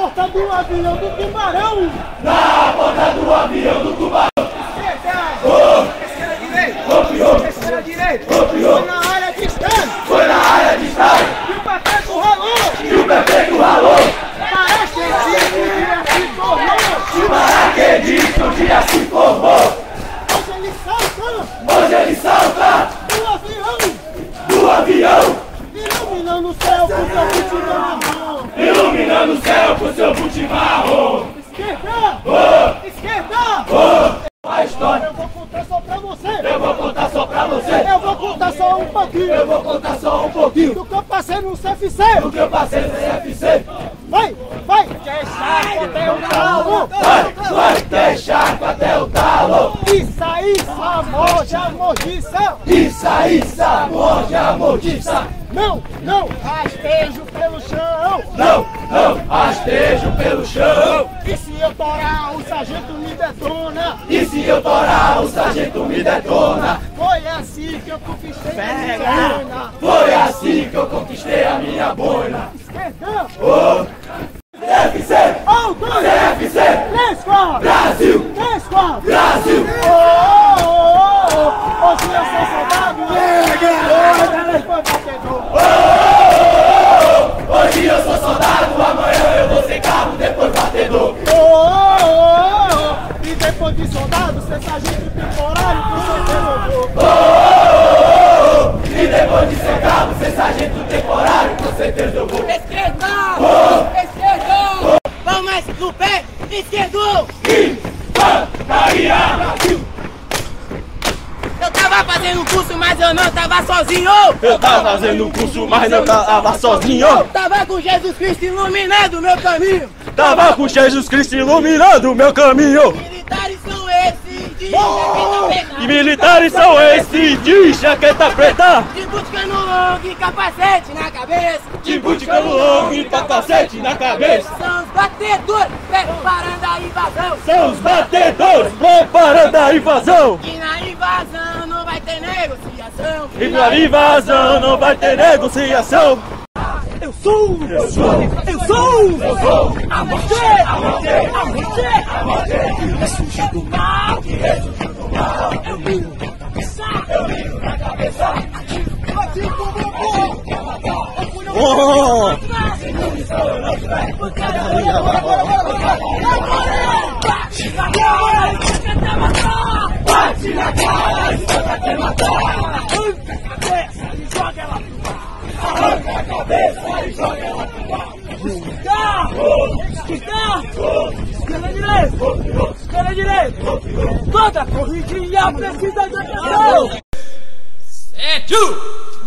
porta do avião do Tubarão! Na porta do avião do Tubarão! Esquerda direita! Copiou! Esquerda direita! Copiou! Foi na área de estádio! Foi na área de estádio! E o prefeito ralou! E o prefeito ralou! Parece que um dia se formou! E o paraquedista um dia se formou! Hoje ele salta! Hoje ele salta! Do avião! Do avião! Iluminando o céu com seu boot marrom! Iluminando o céu com seu boot marrom! Esquerda! Oh! Esquerda! Oh! A história! Eu vou contar só pra você! Eu vou contar só pra você! Eu vou contar só um pouquinho! Eu vou contar só um pouquinho! Do que eu passei no C F C! Do que eu passei no C F C! Vai! Vai! Deixar até o talo! Vai! Vai! Deixar até o talo! Isso aí, moja, mordiça! Isso aí, moja, mordiça! Não, não, rastejo pelo chão! Não, não, rastejo pelo chão! E se eu torar, o sargento me detona! E se eu torar, o sargento me detona! Foi assim que eu conquistei a minha boina! Foi assim que eu conquistei a minha boina! Esquerdão! Oh! C F C! Um, dois, C F C! três, quatro! Brasil! Três, quatro! Brasil! Oh, oh, oh, oh. Hoje eu sou soldado! Hoje ela foi batedor! Oh! Hoje eu sou soldado, amanhã eu vou ser cabo, depois batedor! Oh, oh, oh, oh. E depois de soldado, ser sargento temporário, com certeza eu vou! Oh! E depois de ser cabo, ser sargento temporário, com certeza eu vou! Esquerdão! Oh! Esquerdão! Vamos mais no pé! Esquerdão! Infantaria Brasil! Eu tava fazendo curso, mas eu não tava sozinho! Eu tava fazendo curso, mas não tava sozinho. Tava com Jesus Cristo iluminando o meu caminho! Tava com Jesus Cristo iluminando o meu caminho. Militares são esses de jaqueta preta! E militares são esses de jaqueta preta, De buscando longo e capacete na cabeça! de boticano longo e capacete na cabeça. São os batedores preparando a invasão! São os batedores preparando a invasão. E na invasão não vai ter negociação! E na invasão não vai ter negociação. Eu sou! Eu sou! Eu sou! Eu sou A morte! a morte! A morte! A morte! Ressurgiu do mal! Que ressurgiu do mal! Eu miro na cabeça! Eu miro na cabeça! Bati com o bumbum! Eu fui no Oh! Munição eu não tiver! Bora, bora, bora, bora! Bate na cara! Isso até matar! Bate na cara! Isso até matar! Arranca a cabeça e joga ela pro mar! Arranca a cabeça e joga ela pro mar! Esquerda direita! Esquerda direita! Toda corridinha precisa de atenção! Sete,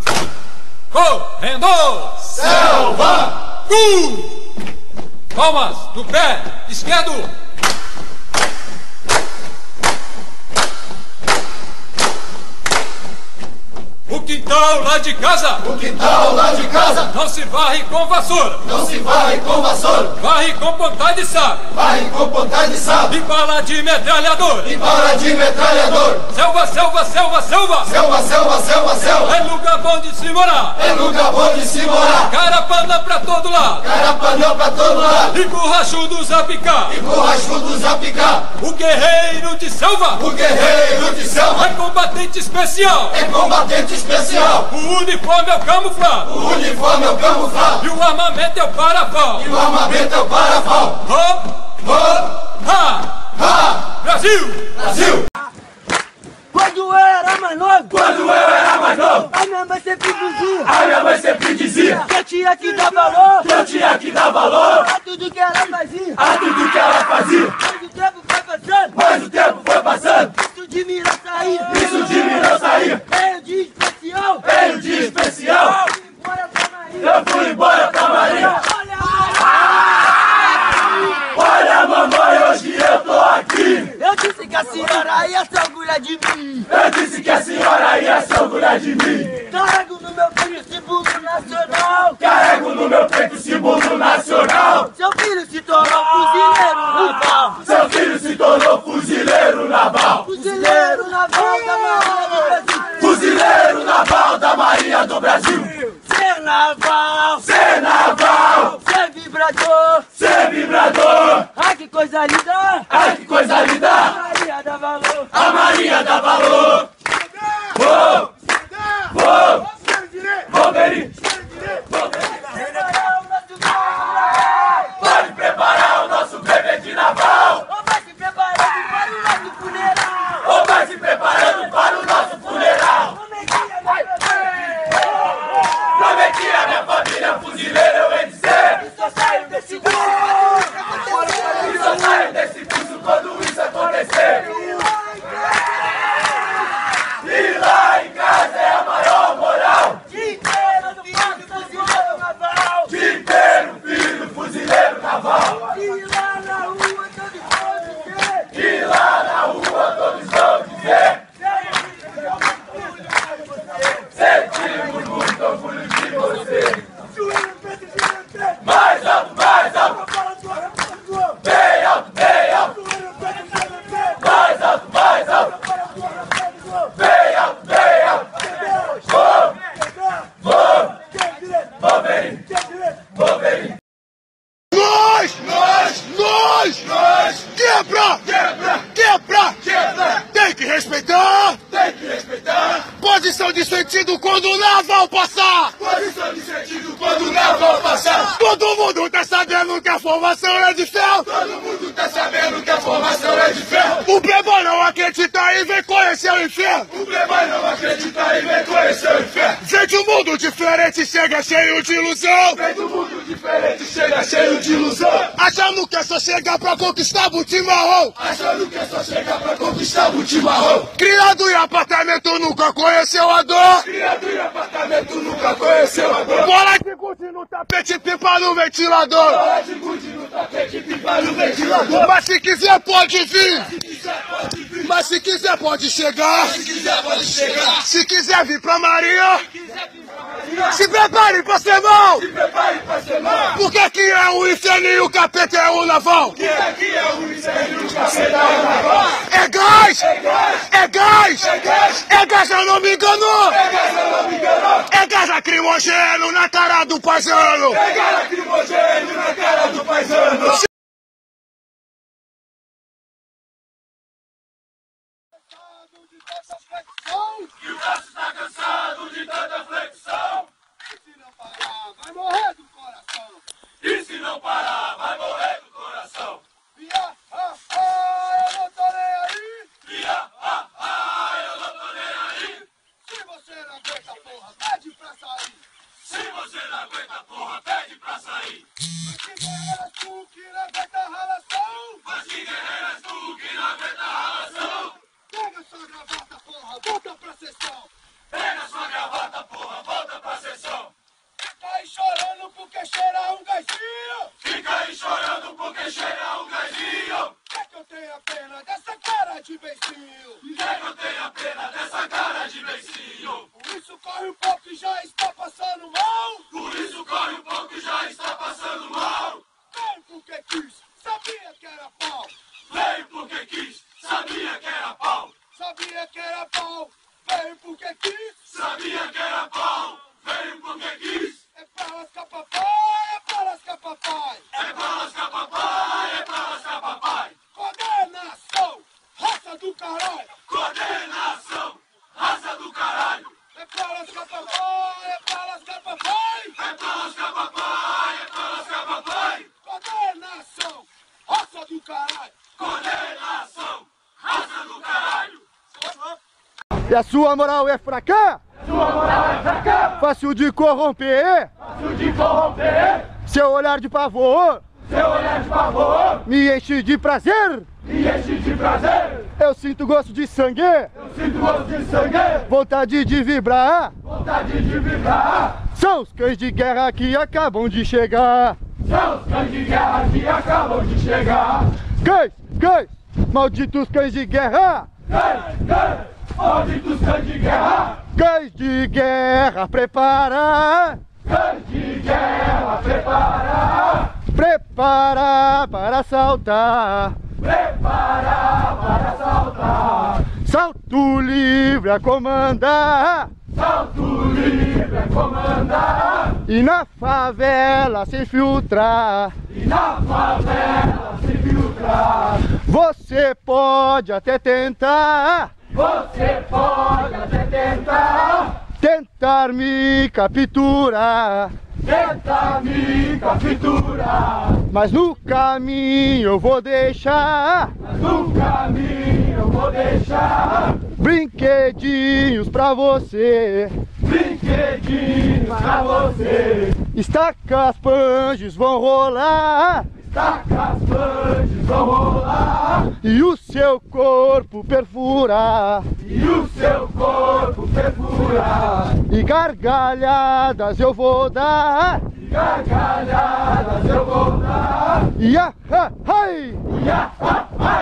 correndo, Selva! um, palmas do pé esquerdo. O quintal lá de casa O quintal lá de casa não se varre com vassoura, não se varre com vassoura, varre com ponta de sabre varre com ponta de sabre e bala de metralhador. e bala de metralhador. Selva, selva, selva, selva, Selva, selva, selva, selva, é lugar bom de se morar. é lugar bom de se morar. Carapana pra todo lado, Carapanã pra todo lado, e borrachudos a picar. e borrachudos a picar. O guerreiro de selva O guerreiro de selva é combatente especial. é combatente especial. O uniforme é o camuflado O uniforme é o camuflado e o armamento é o parafal. e o armamento é o parafal. Hop, Hop, ha, ha, Brasil! Brasil! Quando eu era mais novo, Quando eu era mais novo, a minha mãe sempre dizia a minha mãe sempre dizia que eu tinha que dar valor que eu tinha que dar valor a tudo que ela fazia. a tudo que ela fazia. Mas o tempo foi passando, Mas o tempo foi passando, isso de mim não saía. isso de mim não saía. Veio de especial, Veio de especial, bora pra Maria. eu fui embora pra Maria. Olha, Olha, mamãe, hoje eu tô aqui. eu disse que a senhora ia se orgulhar de mim. Eu disse que a senhora ia se orgulhar de mim. Carrego no meu peito símbolo nacional. Carrego no meu peito o símbolo nacional. Seu filho se tornou fuzileiro naval. Seu filho se tornou fuzileiro naval. Fuzileiro naval da Marinha do Brasil. Fuzileiro naval da Marinha do Brasil. Ser naval, Ser naval, ser vibrador, ser vibrador. Ai que coisa linda! Ai que coisa linda! A Maria dá valor! A Maria dá valor. Vou, vou, Wolverine. Pode preparar o nosso bebê de naval. Ou vai se preparando para o nosso funeral! Ou vai se preparando para o nosso funeral. Prometi a minha família fuzileira, eu hei de ser. E só saio desse curso! E só saio desse curso quando isso acontecer. E lá em casa é a maior moral. Dia inteiro no filho do fuzileiro naval! Dia inteiro, filho do fuzileiro naval. E lá na rua todos vão dizer! E lá na rua todos vão dizer: sentimos muito orgulho de você. Mais alto, mais alto. Bem alto, bem alto. Mais alto, mais alto. Bem alto, bem alto. Vou, vou, Wolverine, Wolverine. Nós! Nós, Nós! nós, Quebra! quebra, Quebra! quebra. Tem que respeitar! Tem que respeitar. Posição de sentido quando o naval passar! Posição de sentido quando o naval passar. Todo mundo tá sabendo que a formação é de ferro! Todo mundo tá sabendo que a formação é de ferro. O playboy não acredita e vem conhecer o inferno! O playboy não acredita e vem conhecer o inferno. Vem de um mundo diferente, chega cheio de ilusão! Vem do mundo diferente, chega cheio de ilusão. Achando que é só chegar pra conquistar botim marrom! Achando que é só chegar pra conquistar o chimarrão. Criado em apartamento, nunca conheceu a dor! Criado em apartamento, nunca conheceu a dor. Bola de gude no tapete, pipa no ventilador! Bola de gude no tapete, pipa no ventilador. Mas se quiser pode vir! Se quiser pode vir, Mas se quiser pode chegar! se quiser pode chegar. Se quiser vir pra Maria, se prepare pra ser mal! Se prepare pra ser mal. Porque aqui é o inferno e o capeta é o naval! Que aqui é o inferno e o cacete é o naval. É gás! É gás, É gás! é gás. É gás, eu não me engano! É gás, eu não me engano. É gás lacrimogêneo na cara do paisano! É gás lacrimogêneo na cara do paisano. E o braço tá cansado de tanta flexão. Vai morrer do coração! E se não parar, vai morrer do coração. Via, ah, ah, eu não tô nem aí! E ah, ah, ah, eu não tô nem aí. Se você não aguenta, porra, pede pra sair! Se você não aguenta, porra, pede pra sair. Que guerreiras tu que não aguenta ralação! Mas que guerreiras tu que não aguenta a ralação. Pega sua gravata, porra, volta pra sessão! Pega sua gravata, porra, volta pra sessão. Fica aí chorando porque cheira um gazinho! Fica aí chorando porque cheira um gazinho. Quer que eu tenha pena dessa cara de beicinho? Quer que eu tenha pena dessa cara de beicinho? Por isso corre um pouco e já está passando mal! Por isso corre um pouco e já está passando mal. Vem porque quis, sabia que era pau! Veio porque quis, sabia que era pau. Sabia que era pau! Veio porque quis! Sabia que era pau. Veio porque quis. É pra lascar papai, é pra lascar papai! É pra lascar papai, é pra lascar papai. Coordenação, raça do caralho! Coordenação, raça do caralho. É pra lascar papai, é pra lascar papai! É pra lascar papai, é pra lascar papai. Coordenação, raça do caralho! Coordenação, raça do caralho. E a sua moral é fraca? Sua moral é fraca, Fácil de corromper! fácil de corromper. Seu olhar de pavor Seu olhar de pavor me enche de prazer! me enche de prazer. Eu sinto gosto de sangue, Eu sinto gosto de sangue, vontade de vibrar! vontade de vibrar. São os cães de guerra que acabam de chegar! São os cães de guerra que acabam de chegar. Cães, cães, malditos cães de guerra! Cães, cães, malditos cães de guerra. Cães de guerra, prepara! Cães de guerra, prepara. Prepara para saltar! Prepara para saltar. Salto livre a comandar! Salto livre a comandar. E na favela se infiltrar! E e na favela se filtrar. Você pode até tentar, você pode até tentar, tentar me capturar, tentar me capturar, mas no caminho eu vou deixar, mas no caminho eu vou deixar brinquedinhos pra você, brinquedinhos pra você. Estacas panges vão rolar, estacas panges vão rolar, e o seu corpo perfurar, e o seu corpo perfurar, e gargalhadas eu vou dar, e gargalhadas eu vou dar, e ah, ah, ai, e ah, ah, ah.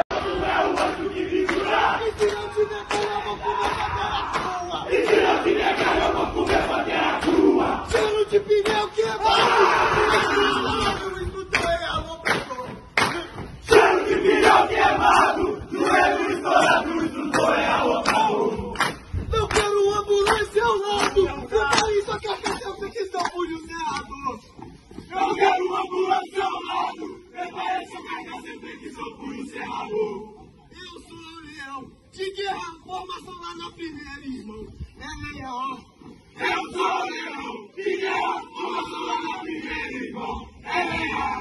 Cheiro de pneu queimado, cheiro de pneu queimado, joelho estourado, instrutor é alô, alô. Eu quero ambulância ao lado, prepare sua cabeça, eu sei que estão punhos. Eu quero ambulância ao lado, prepare sua cabeça, eu sei que são punhos. Eu sou o leão de guerra, formação lá na primeira, irmão. É leão. Eu sou o leão de guerra, formação lá na primeira, irmão. É leão.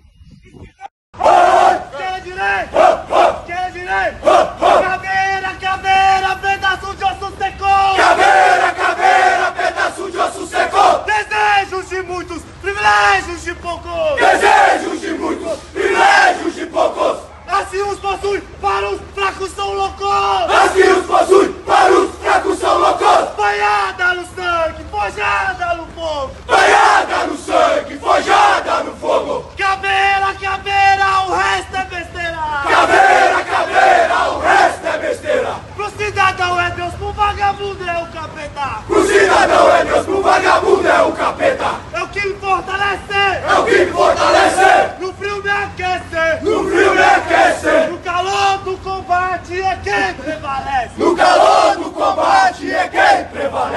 Esquerda, direita! Esquerda, direita! Caveira, caveira, pedaço de osso secou! Caveira, caveira, pedaço de osso secou! Desejos de muitos, privilégios de poucos! Desejos de muitos, privilégios de poucos! Assim os possui, para os fracos são loucos! Assim os possui, para os fracos são loucos! Banhada no sangue, forjada no fogo! Banhada no sangue, forjada no fogo! Caveira, caveira, o resto é besteira! Caveira, caveira, o resto é besteira! Pro cidadão é Deus, pro vagabundo é o capeta! Pro cidadão é Deus, pro vagabundo é o capeta! É o que me fortalece! É o que me fortalece! No frio me aquece! No frio me aquece! No calor do combate é quem prevalece! No calor do combate é quem prevalece!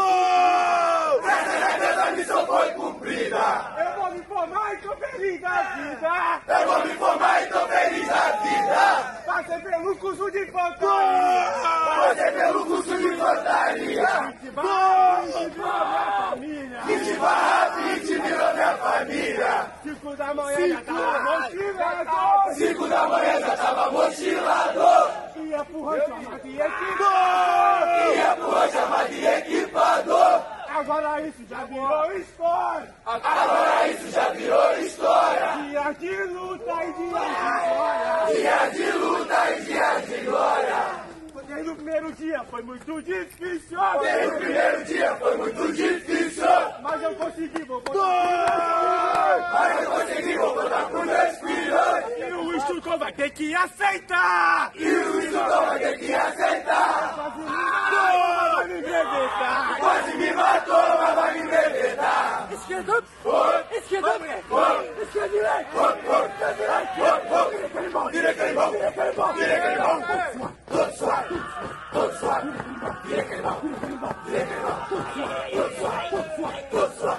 Essa regra da missão foi cumprida! Eu vou me formar e tô feliz da vida! Eu vou me formar e tô feliz da vida! Passei pelo curso de infantaria! Passei pelo curso de infantaria! vinte barra família! vinte barra vinte virou minha família! cinco da manhã já tava motivado! cinco da manhã já tava mochilado! Ia pro rancho armado e equipado! Ia pro rancho armado e equipado! Agora isso já virou história! Agora isso já virou história! Dia de luta e dia de glória! Dia de luta e dia de glória! Desde o primeiro dia foi muito difícil! Desde o primeiro dia foi muito difícil! Mas eu consegui, vou botar! Mas eu consegui, vou botar pros meus filhos! E o instrutor vai ter que aceitar! E o instrutor vai ter que aceitar! Quase me matou, vai me brevetar! Quase me matou, mas vai me brevetar! Esquerda! Foi! Esquerda! Foi! Esquerda direita! Foi! Foi! Foi! Vira canibal! Vira canibal! Vira canibal! Todo suave! Todo suave! Vira canibal! Vira canibal! Todo suave! Todo suave!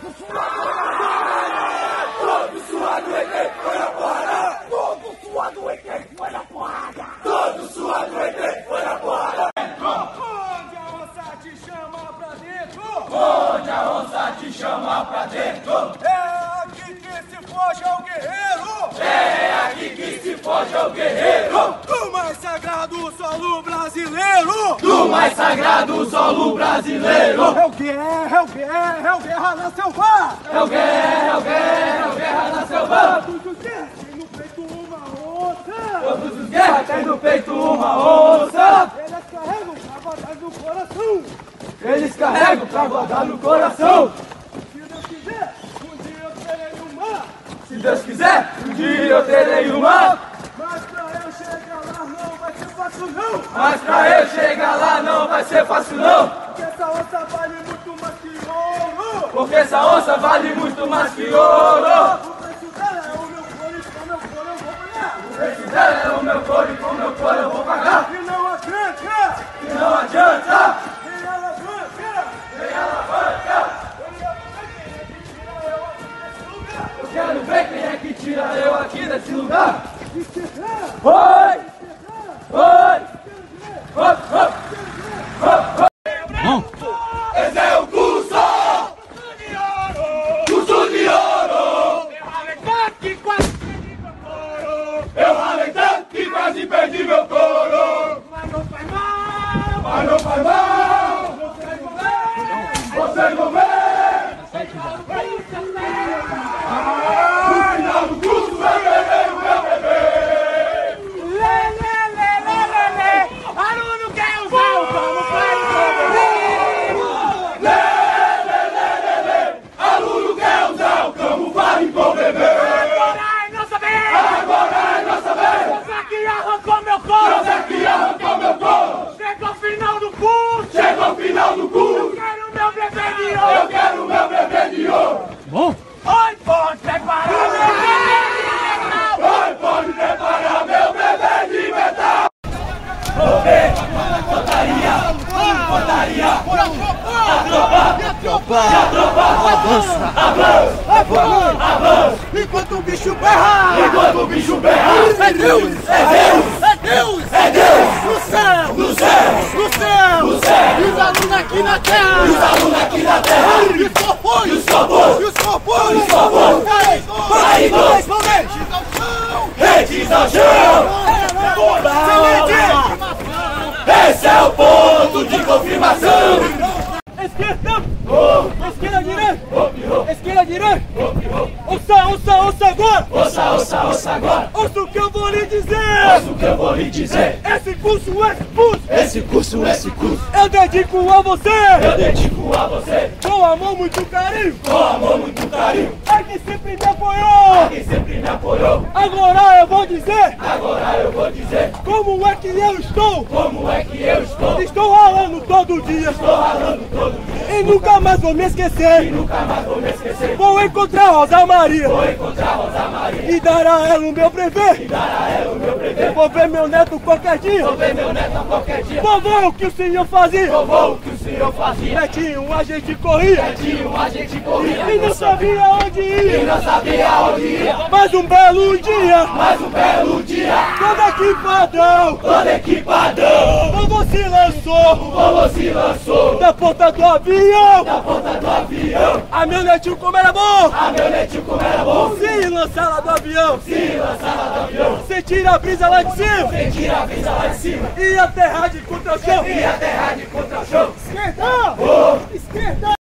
Todo suado é quem foi na porrada! Todo suado é quem foi na porrada! Todo suado é quem foi na porrada! Onde a onça te chama pra dentro! Onde a onça te chama pra dentro! É aqui que se foge ao guerreiro! É aqui que se foge ao guerreiro! Do mais sagrado solo brasileiro! Do mais sagrado solo brasileiro! É o guerra, é o guerra, é o guerra na selva! É o guerra, é o guerra, é o guerra na selva! Todos os guerras têm no peito uma onça! Todos os guerras têm no peito uma onça! Eles carregam pra guardar no coração! Eles carregam pra guardar no coração! Se Deus quiser, um dia eu terei uma! Se Deus quiser, um dia eu terei uma! Mas pra eu chegar lá não vai ser fácil não! Mas pra eu chegar lá não vai ser fácil não! Porque essa onça vale muito mais que ouro! Porque essa onça vale muito mais que ouro! O preço dela é o meu couro e com meu couro eu vou pagar! O preço dela é o meu couro e com meu couro eu vou pagar! E não adianta! E não adianta! Vem alavanca! Vem alavanca! Eu quero ver quem é que tira eu aqui desse lugar. Oi! Oi! Hop, hop! Hop, hop! Esse é o curso! Curso de ouro! Eu ralei tanto que quase perdi meu couro! Eu ralei tanto que quase perdi meu couro! Mas não faz mal! Mas não faz mal! Vocês vão ver! No final do curso vai beber o meu bebê! Lê, lê, lê, lê, lê, lê! Aluno quer usar o como faz o bebê! Lê, lê, lê, lê, lê! Aluno quer usar o camuflagem com o bebê! Agora é nossa vez! Agora é nossa vez! Você que arrancou meu couro! Você que arrancou meu couro! Chegou o final do curso! Chegou o final do Eu curso! quero meu bebê de Eu ouro! quero o meu bebê de ouro! Oi, pode preparar meu bebê de metal! Oi, pode preparar meu bebê de metal! Enquanto o bicho berra, Enquanto o bicho berra, é Deus, é Deus! é Deus, É Deus! no céu, No céu! no céu, No céu! e os alunos aqui na terra, E os alunos aqui na terra! e os corpos, E os corpos! e os corpos, os corpos, traidores, traidores, valentes ao chão, Redes ao chão! Esse é o ponto de confirmação! Esquerda! Esquerda, direita! Esquerda, direita! Ouça, ouça, ouça agora! Ouça, ouça, ouça agora! Ouça o que eu vou lhe dizer! Ouça o que eu vou lhe dizer! Esse curso, esse curso! Esse curso, esse curso, Eu dedico a você! eu dedico a você! Com amor, muito carinho! Com amor, muito carinho! É que sempre me apoiou! Quem sempre me apoiou! Agora eu vou dizer Agora eu vou dizer como é que eu estou! como é que eu estou! Estou ralando todo dia! Estou ralando todo dia! E nunca mais vou me esquecer! Nunca mais vou me esquecer! Vou encontrar Rosa Maria! Vou encontrar Rosa Maria! E dar a ela o meu brevê! Dar a ela o meu brevê! Vou ver meu neto qualquer dia! Vou ver meu neto a qualquer dia! Vou ver o que o senhor fazia! Vou ver o que o senhor fazia! Netinho, a gente corria! Netinho, a gente corria! E não sabia onde E ia! não sabia onde ia! Mas um belo dia! Mais um belo dia! Todo equipadão! Todo equipadão! O povo se lançou! O povo se lançou Da ponta do avião! da ponta do avião! A meu netinho como era bom! A meu netinho como era bom! Se lançar lá do avião! Se lançar lá do avião! Você tira a brisa lá de cima! Você tira a brisa lá de cima! E a terra de contra o chão! E a terra de contra o chão! Esquerda! Oh! Esquerda!